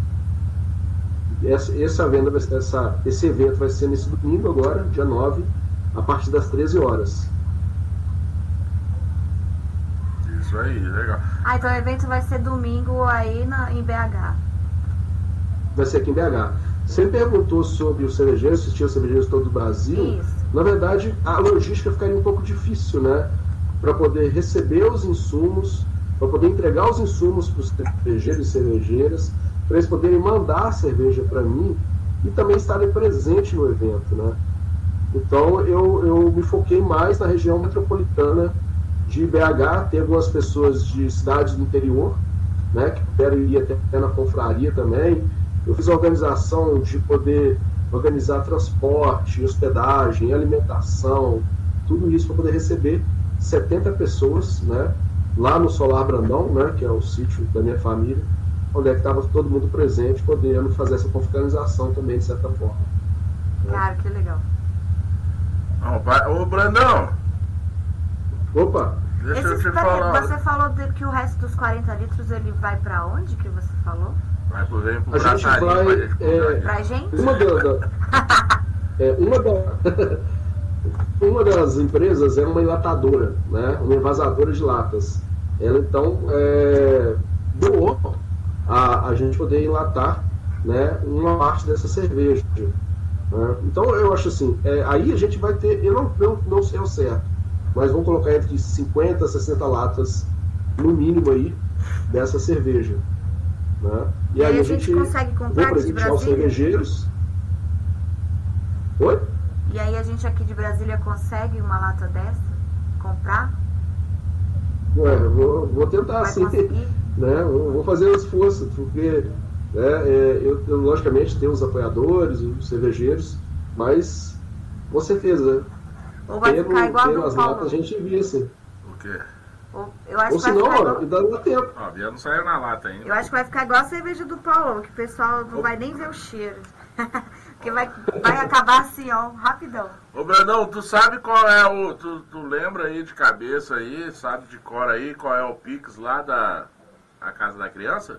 Esse evento vai ser nesse domingo agora, dia 9, a partir das 13 horas. Isso aí, legal. Então o evento vai ser domingo aí em BH. Vai ser aqui em BH. Você perguntou sobre os cervejeiros, se tinha cervejeiros todo o Brasil. Isso. Na verdade, a logística ficaria um pouco difícil, né? Para poder receber os insumos, para poder entregar os insumos para os cervejeiros e cervejeiras, para eles poderem mandar a cerveja para mim e também estarem presentes no evento, né? Então, eu me foquei mais na região metropolitana de BH. Tem algumas pessoas de cidades do interior, né, que puderam ir até na confraria também. Eu fiz a organização de poder organizar transporte, hospedagem, alimentação, tudo isso para poder receber 70 pessoas, né, lá no Solar Brandão, né, que é o sítio da minha família, onde é que estava todo mundo presente, podendo fazer essa confraternização também, de certa forma. Cara, que legal. Ô, Brandão! Opa! Deixa eu te falar. Você falou que o resto dos 40 litros ele vai pra onde que você falou? Vai pro A gente vai. Pra gente? Uma das empresas é uma enlatadora, né? Uma envasadora de latas. Ela então doou a gente poder enlatar, né, uma parte dessa cerveja. Né? Então eu acho assim, aí a gente vai ter, eu não sei ao certo, mas vamos colocar entre 50 a 60 latas no mínimo aí dessa cerveja. Né? E aí a gente consegue comprar aqui de presentear os Brasília? cervejeiros. Oi? E aí a gente aqui de Brasília consegue uma lata dessa? Comprar? Vou tentar Vai sim. conseguir? Né? Vou fazer um esforço, porque eu logicamente tenho os apoiadores, os cervejeiros, mas com certeza, Ou vai ficar igual a do as Paulo? latas a gente envia sim. O quê? Eu acho Ou que vai senão, ficar igual... ainda dá tempo. Ó, a Bia não saiu na lata ainda. Eu acho que vai ficar igual a cerveja do Paulo, que o pessoal não vai nem ver o cheiro. Que vai acabar assim, ó, rapidão. Ô, Brandão, tu sabe qual é o... Tu lembra aí de cabeça aí, sabe de cor aí, qual é o Pix lá da Casa da Criança?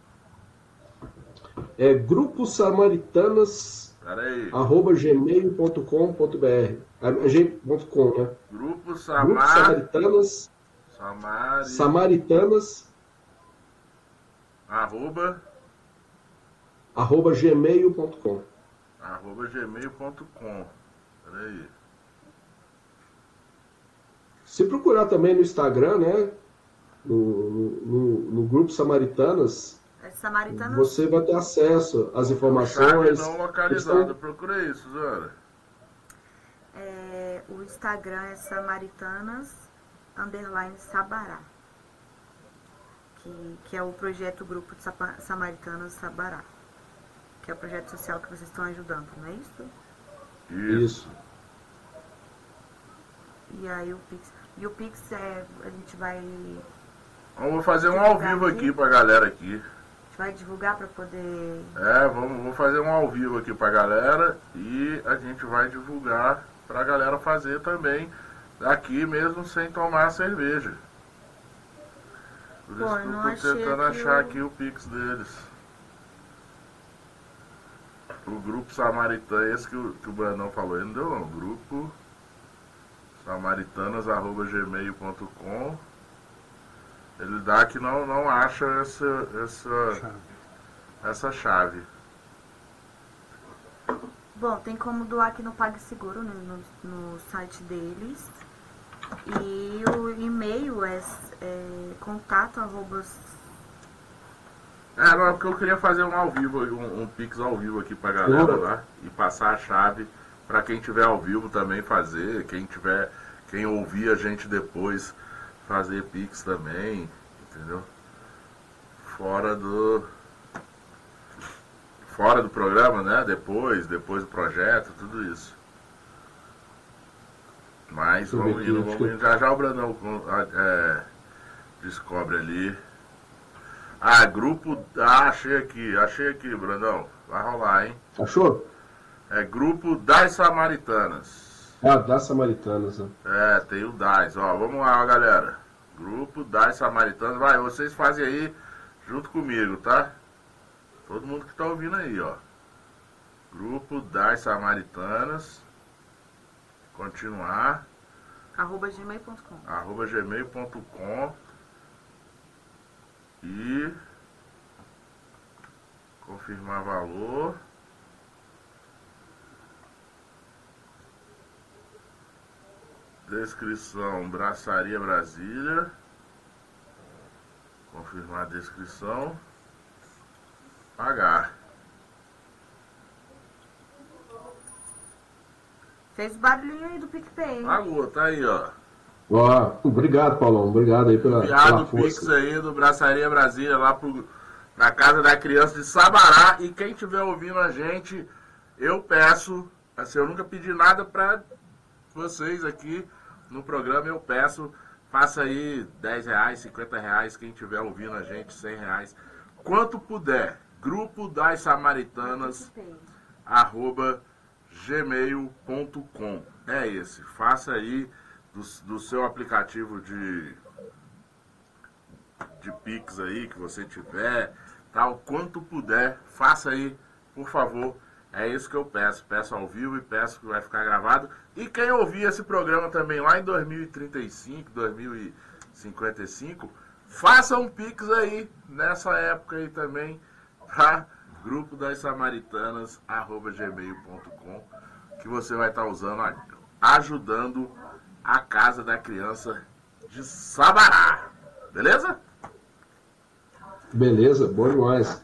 É Grupo Samaritanas Peraí. @gmail.com.br. Gmail.com, né? Grupo Grupo Samaritanas Samaritanas arroba @gmail.com. @gmail.com. Peraí. Se procurar também no Instagram, né? No Grupo Samaritanas, Samaritanas. você vai ter acesso às Chave informações. não localizada. Procura isso, Zana. O Instagram é Samaritanas_Sabará. Que é o projeto Grupo de Samaritanas Sabará. Que é o projeto social que vocês estão ajudando, não é isso? Isso. E aí o Pix. E o Pix a gente vai. Vamos fazer um ao vivo aqui pra galera aqui. A gente vai divulgar pra poder. Vamos fazer um ao vivo aqui pra galera e a gente vai divulgar pra galera fazer também aqui mesmo sem tomar cerveja. Por isso que eu tô tentando achar aqui o Pix deles. O Grupo Samaritano, esse que o Brandão falou, ele não deu não. Grupo samaritanas@gmail.com. Ele dá que não acha essa chave. Bom, tem como doar aqui no PagSeguro, no site deles. E o e-mail é contato arroba... Não, porque eu queria fazer um ao vivo, um Pix ao vivo aqui pra galera lá e passar a chave pra quem tiver ao vivo também fazer, quem ouvir a gente depois fazer Pix também, entendeu? Fora do programa, né? Depois do projeto, tudo isso. Mas vamos indo. Já o Brandão descobre ali. Grupo. Achei aqui, Brandão. Vai rolar, hein? Achou? É Grupo das Samaritanas. Das Samaritanas, né? Tem o DAS, ó. Vamos lá, galera. Grupo das Samaritanas. Vai, vocês fazem aí junto comigo, tá? Todo mundo que tá ouvindo aí, ó. Grupo das Samaritanas. Continuar. @gmail.com. @gmail.com. E confirmar valor. Descrição, Braçaria Brasília. Confirmar a descrição. Pagar. Fez o barulhinho aí do PicPay. Pagou, tá aí, ó. Obrigado, Paulão. Obrigado aí pela força. Pix aí do Braçaria Brasília lá na Casa da Criança de Sabará. E quem estiver ouvindo a gente, eu peço, assim, eu nunca pedi nada pra vocês aqui no programa, eu peço, faça aí R$10, R$50, quem estiver ouvindo a gente, R$100, quanto puder. Grupo das Samaritanas, @gmail.com. É esse, faça aí do seu aplicativo de Pix aí que você tiver, tal, quanto puder, faça aí, por favor. É isso que eu peço. Peço ao vivo e peço que vai ficar gravado. E quem ouvir esse programa também lá em 2035, 2055, faça um Pix aí nessa época aí também, tá? Grupo das Samaritanas, @gmail.com, que você vai estar usando, ajudando a Casa da Criança de Sabará. Beleza? Beleza, bom demais.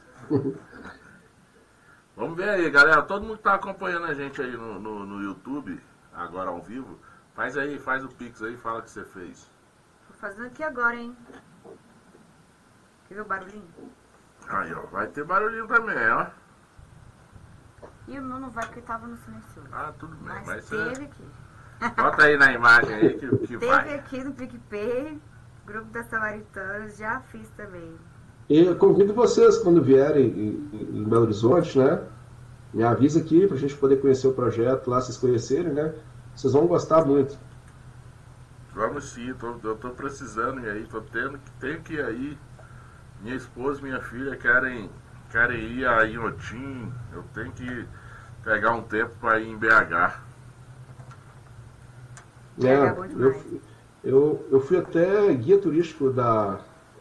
Vamos ver aí, galera. Todo mundo que tá acompanhando a gente aí no YouTube, agora ao vivo, faz o Pix aí, fala o que você fez. Tô fazendo aqui agora, hein? Quer ver o barulhinho? Aí, ó, vai ter barulhinho também, ó. E o meu não vai porque tava no silencioso. Tudo bem, mas teve aqui. Bota aí na imagem aí que vai. Teve aqui no PicPay, Grupo das Samaritanas, já fiz também. E eu convido vocês, quando vierem em Belo Horizonte, né? Me avisa aqui pra gente poder conhecer o projeto lá, vocês conhecerem, né? Vocês vão gostar muito. Vamos sim, eu tô precisando ir aí, tenho que ir aí. Minha esposa e minha filha querem ir a Inhotim, eu tenho que pegar um tempo para ir em BH. Eu fui até guia turístico da...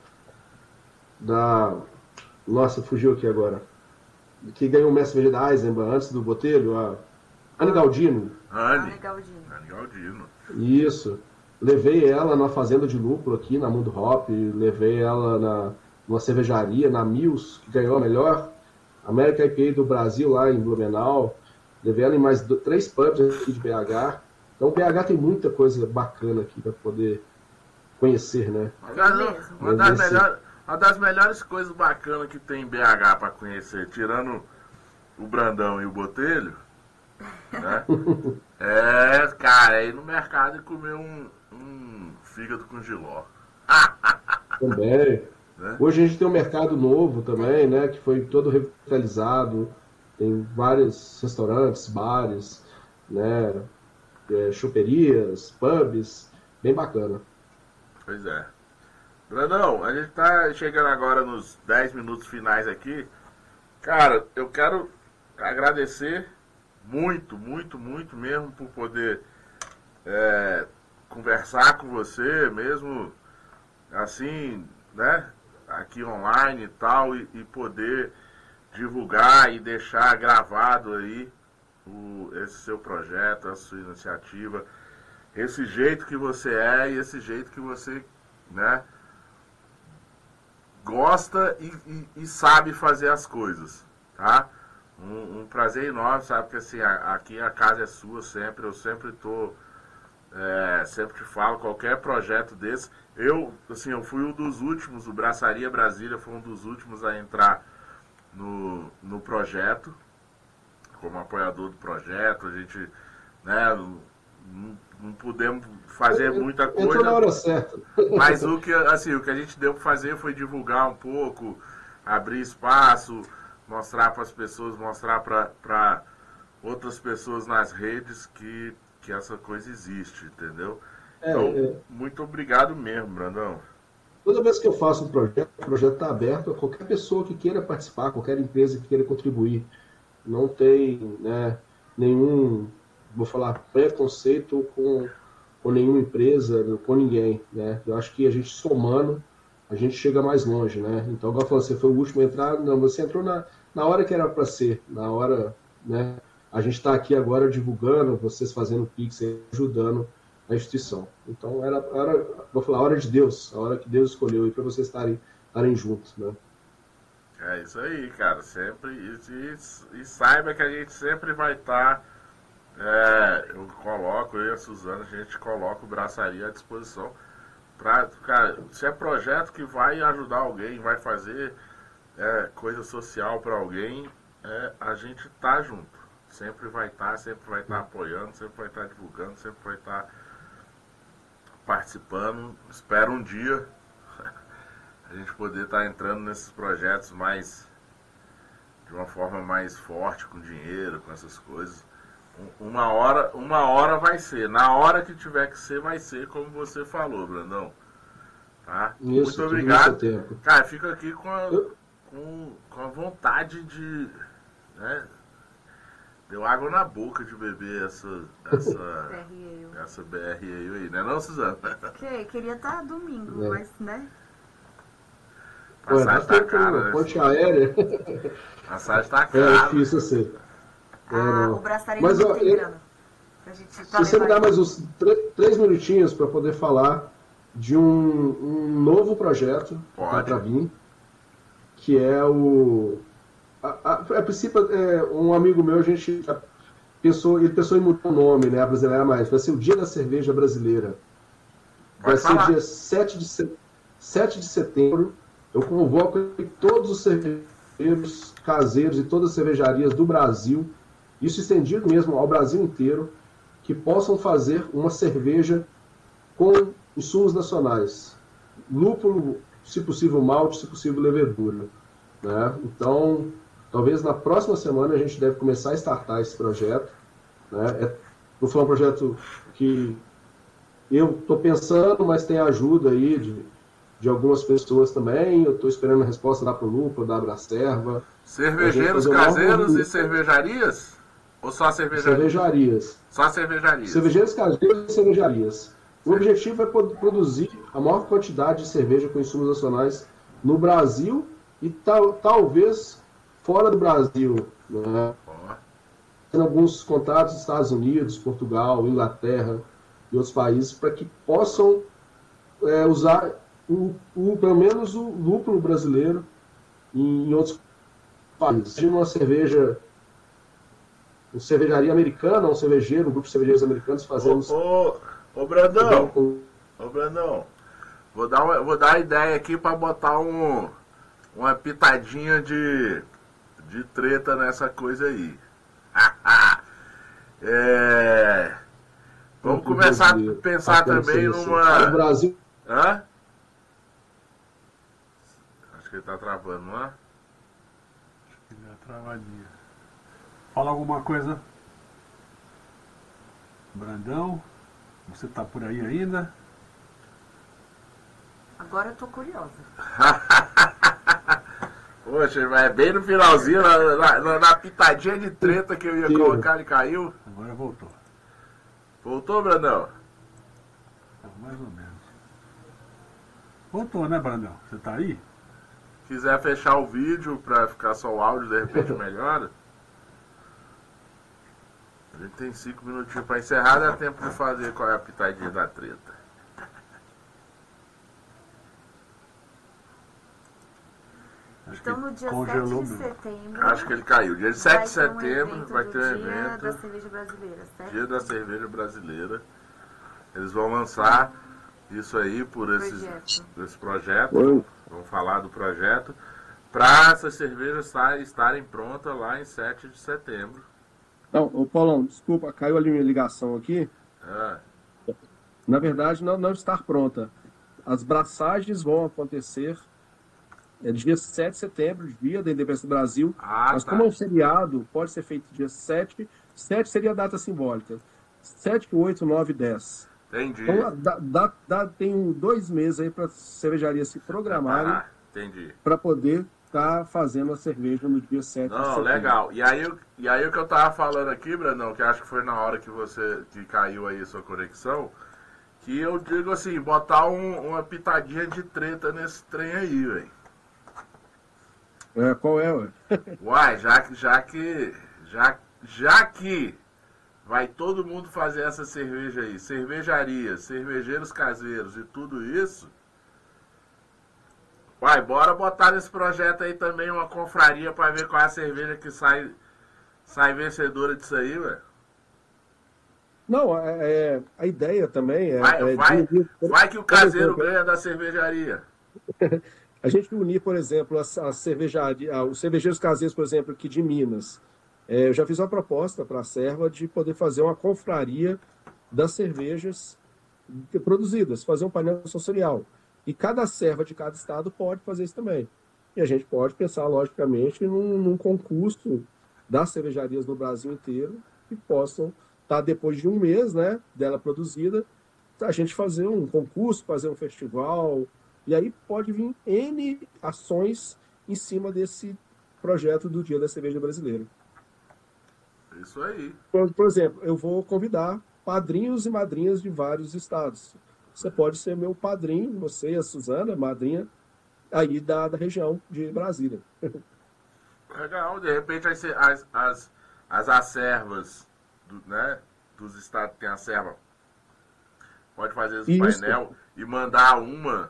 Nossa, fugiu aqui agora. Que ganhou o mestre Vegeta Eisenbahn antes do Botelho, a Anne Galdino. Anne Galdino. Isso. Levei ela na fazenda de lúpulo aqui, na Mundo Hop, levei ela numa cervejaria, na Mills, que ganhou a melhor American IPA do Brasil lá em Blumenau. Levei ela em mais 3 pubs aqui de BH. Então BH tem muita coisa bacana aqui para poder conhecer, né? Uma das melhores coisas bacanas que tem em BH para conhecer, tirando o Brandão e o Botelho, né? Cara, ir no mercado e comer um fígado com jiló. Também. Né? Hoje a gente tem um mercado novo também, né? Que foi todo revitalizado. Tem vários restaurantes, bares, né? Choperias, pubs. Bem bacana. Pois é. Brandão, a gente tá chegando agora nos 10 minutos finais aqui. Cara, eu quero agradecer muito, muito, muito mesmo por poder conversar com você, mesmo assim, né, aqui online e tal, e poder divulgar e deixar gravado aí esse seu projeto, a sua iniciativa. esse jeito que você é e esse jeito que você, né, gosta e sabe fazer as coisas, tá? Um prazer enorme, sabe? Porque assim, aqui a casa é sua sempre, eu sempre tô, sempre te falo, qualquer projeto desse, eu fui um dos últimos, o Braçaria Brasília foi um dos últimos a entrar no projeto, como apoiador do projeto, a gente, né, não pudemos fazer muita coisa. Entrou na hora certa. Mas o que a gente deu para fazer foi divulgar um pouco, abrir espaço, mostrar para as pessoas, mostrar para outras pessoas nas redes que essa coisa existe, entendeu? Então, muito obrigado mesmo, Brandão. Toda vez que eu faço um projeto, o projeto está aberto a qualquer pessoa que queira participar, qualquer empresa que queira contribuir. Não tem, né, nenhum, vou falar, preconceito com nenhuma empresa, com ninguém, né? Eu acho que a gente somando, a gente chega mais longe, né? Então, igual eu falei, você foi o último a entrar, não, você entrou na hora que era para ser, na hora, né? A gente está aqui agora divulgando, vocês fazendo Pix, ajudando a instituição. Então, vou falar, a hora de Deus, a hora que Deus escolheu para vocês estarem juntos, né? É isso aí, cara, sempre, e saiba que a gente sempre vai estar, eu e a Suzana, a gente coloca o Braçaria à disposição pra, cara, se é projeto que vai ajudar alguém, vai fazer coisa social para alguém, a gente tá junto, sempre vai estar apoiando, sempre vai estar divulgando, sempre vai estar participando. Espero um dia a gente poder estar entrando nesses projetos de uma forma mais forte, com dinheiro, com essas coisas. Uma hora vai ser. Na hora que tiver que ser, vai ser, como você falou, Brandão. Tá? Isso, muito obrigado. Tempo. Cara, fico aqui com a vontade de... né? Deu água na boca de beber essa BR aí, né não, Suzana? Queria estar domingo, mas, né? Passagem tá cara, né? Ponte aérea. Passagem tá cara. É difícil ser. O Braçaria não tem grana. Se você me dá mais uns 3 minutinhos para poder falar de um novo projeto que tá para vir, que é o... A princípio, um amigo meu, ele pensou em mudar o nome, né, a Brasileira Mais. Vai ser o Dia da Cerveja Brasileira. Vai ser dia 7 de setembro. Eu convoco todos os cervejeiros caseiros e todas as cervejarias do Brasil, isso estendido mesmo ao Brasil inteiro, que possam fazer uma cerveja com insumos nacionais. Lúpulo, se possível malte, se possível levedura. Né? Então, talvez na próxima semana a gente deve começar a startar esse projeto. Né? Vou falar um projeto que eu estou pensando, mas tem ajuda aí de algumas pessoas também. Eu estou esperando a resposta da Prolupa, da Abracerva. Cervejeiros caseiros e cervejarias? Ou só cervejarias? Cervejarias. Só cervejarias. Cervejeiros caseiros e cervejarias. O objetivo é produzir a maior quantidade de cerveja com insumos nacionais no Brasil e talvez fora do Brasil. Né? Tem alguns contatos nos Estados Unidos, Portugal, Inglaterra e outros países para que possam usar pelo menos o lúpulo brasileiro em outros países. Seja uma cervejaria americana, um cervejeiro, um grupo de cervejeiros americanos fazendo... Ô Brandão, vou dar a ideia aqui para botar uma pitadinha de treta nessa coisa aí. Vamos começar a pensar também numa... No Brasil... Hã? Acho que ele tá travando, não é? Acho que ele é travadinha. Fala alguma coisa. Brandão, você tá por aí ainda? Agora eu tô curiosa. Poxa, mas bem no finalzinho, na pitadinha de treta que eu ia colocar, ele caiu. Agora voltou. Voltou, Brandão? Mais ou menos. Voltou, né, Brandão? Você tá aí? Quiser fechar o vídeo pra ficar só o áudio, de repente melhora. A gente tem 5 minutinhos para encerrar, dá tempo de fazer qual é a pitadinha da treta. Então, no dia 7 congelou de mesmo. setembro, Acho que ele caiu. Dia 7 de vai ter um setembro evento vai do ter um Dia evento. da Cerveja Brasileira, certo? Dia da Cerveja Brasileira. Eles vão lançar isso aí por esse projeto. Oi. Vamos falar do projeto. Para essas cervejas estarem prontas lá em 7 de setembro. Não, ô Paulão, desculpa, caiu ali minha ligação aqui. É. Na verdade, não estar pronta. As braçagens vão acontecer dia 7 de setembro, dia da Independência do Brasil. Mas como é um feriado, pode ser feito dia 7. 7 seria a data simbólica. 7, 8, 9, 10. Entendi. Então, tem 2 meses aí para as cervejarias se programarem Entendi. para poder estar fazendo a cerveja no dia 7 de Não, setembro. legal. E aí o que eu tava falando aqui, Brandão, que acho que foi na hora que caiu aí a sua conexão, que eu digo assim, botar uma pitadinha de treta nesse trem aí, velho. Qual é, ué? Uai, já que vai todo mundo fazer essa cerveja aí, cervejarias, cervejeiros caseiros e tudo isso, uai, bora botar nesse projeto aí também uma confraria pra ver qual é a cerveja que sai vencedora disso aí, velho. Não, a ideia também é... Vai que o caseiro ganha da cervejaria. A gente unir, por exemplo, os cervejeiros caseiros, por exemplo, aqui de Minas. Eu já fiz uma proposta para a Serva de poder fazer uma confraria das cervejas produzidas, fazer um painel sensorial. E cada serva de cada estado pode fazer isso também. E a gente pode pensar, logicamente, num concurso das cervejarias no Brasil inteiro que possam estar, depois de um mês, né, dela produzida, a gente fazer um concurso, fazer um festival. E aí pode vir N ações em cima desse projeto do Dia da Cerveja Brasileira. Isso aí. Por exemplo, eu vou convidar padrinhos e madrinhas de vários estados. Você pode ser meu padrinho, você e a Suzana, madrinha aí da região de Brasília. Legal, de repente as acervas dos estados que tem a serva pode fazer esse Isso. painel e mandar uma.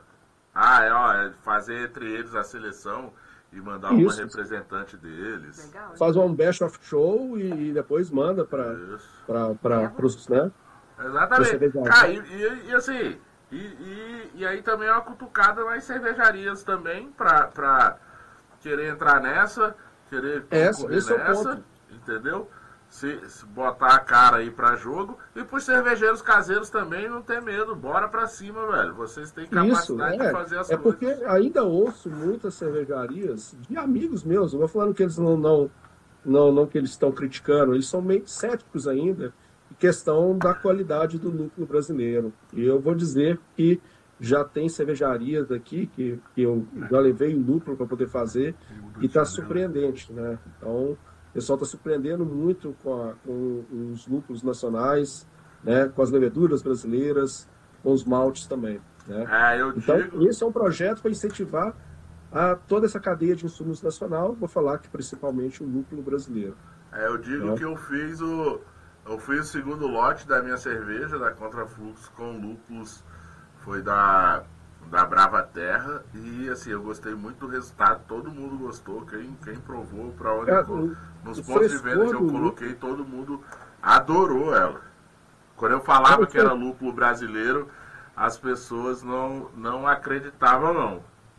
Fazer entre eles a seleção e mandar uma Isso. representante deles. Legal. Faz um best of show e depois manda para os, né? Exatamente. cervejaria. Cara, e assim, e aí também é uma cutucada nas cervejarias também pra querer entrar nessa, querer concorrer esse é o nessa, ponto. entendeu? Se botar a cara aí pra jogo. E pros cervejeiros caseiros também não ter medo. Bora pra cima, velho. Vocês têm capacidade de fazer as coisas. Porque ainda ouço muitas cervejarias de amigos meus. Eu vou falando que eles não que eles estão criticando. Eles são meio céticos ainda em questão da qualidade do lúpulo brasileiro. E eu vou dizer que já tem cervejarias aqui que eu já levei o lúpulo para poder fazer e está surpreendente, né? Então... O pessoal está surpreendendo muito com os lúpulos nacionais, né, com as leveduras brasileiras, com os maltes também. Né? Então, esse é um projeto para incentivar toda essa cadeia de insumos nacional. Vou falar que principalmente o lúpulo brasileiro. Eu digo que eu fiz o segundo lote da minha cerveja, da Contrafluxo, com lúpulos, foi da Brava Terra, e assim, eu gostei muito do resultado, todo mundo gostou, quem provou, para onde nos pontos de venda que eu coloquei, todo mundo adorou ela. Quando eu falava que era lúpulo brasileiro, as pessoas não acreditavam, não.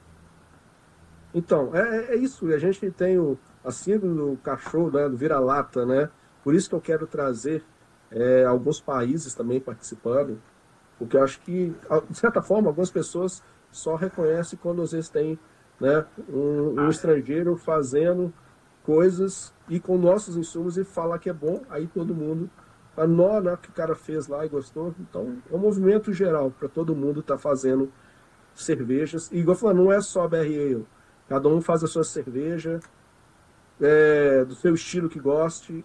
Então, é isso, a gente tem a síndrome do cachorro, né, do vira-lata, né? Por isso que eu quero trazer alguns países também participando, porque eu acho que, de certa forma, algumas pessoas só reconhecem quando às vezes tem, né, um estrangeiro fazendo coisas e com nossos insumos e falar que é bom, aí todo mundo fala, não, que o cara fez lá e gostou. Então, é um movimento geral para todo mundo estar fazendo cervejas. E igual eu falei, não é só a BR Ale. Cada um faz a sua cerveja, do seu estilo que goste,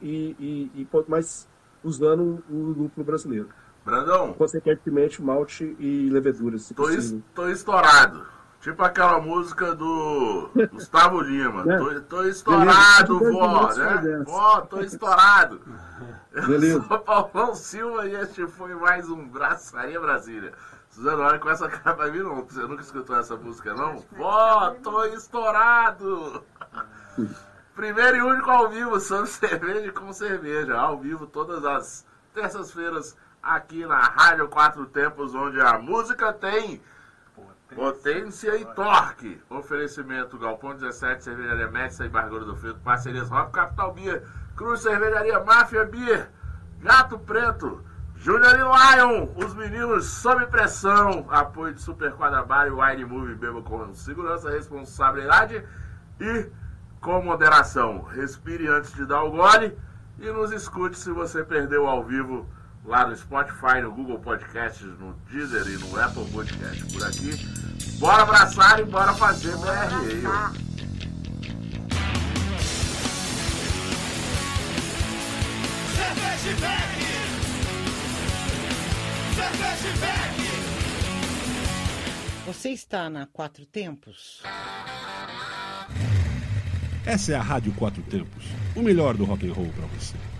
mas usando o lúpulo brasileiro. Brandão, Consequentemente, malte e leveduras, se possível. Tô estourado. Tipo aquela música do Gustavo Lima. Tô estourado, vó, né? Vó, tô estourado. Eu sou Paulão Silva e este foi mais um Braçaria Brasília. Suzano, olha com essa cara pra mim, não. Você nunca escutou essa música, não? Vó, tô estourado. Primeiro e único ao vivo sobre cerveja com cerveja. Ao vivo todas as terças-feiras aqui na Rádio Quatro Tempos, onde a música tem potência e torque. Oferecimento Galpão 17, Cervejaria Médica e Bargura do Filtro, Parcerias Rock, Capital Beer, Cruz Cervejaria, Máfia Beer, Gato Preto, Júnior e Lion, os meninos sob pressão, apoio de Super Quadrabar e Wine Movie, beba com segurança, responsabilidade e com moderação. Respire antes de dar o gole e nos escute se você perdeu ao vivo lá no Spotify, no Google Podcasts, no Deezer e no Apple Podcast. Por aqui, bora abraçar e bora fazer BR. Você está na Quatro Tempos? Essa é a Rádio Quatro Tempos, o melhor do rock and roll para você.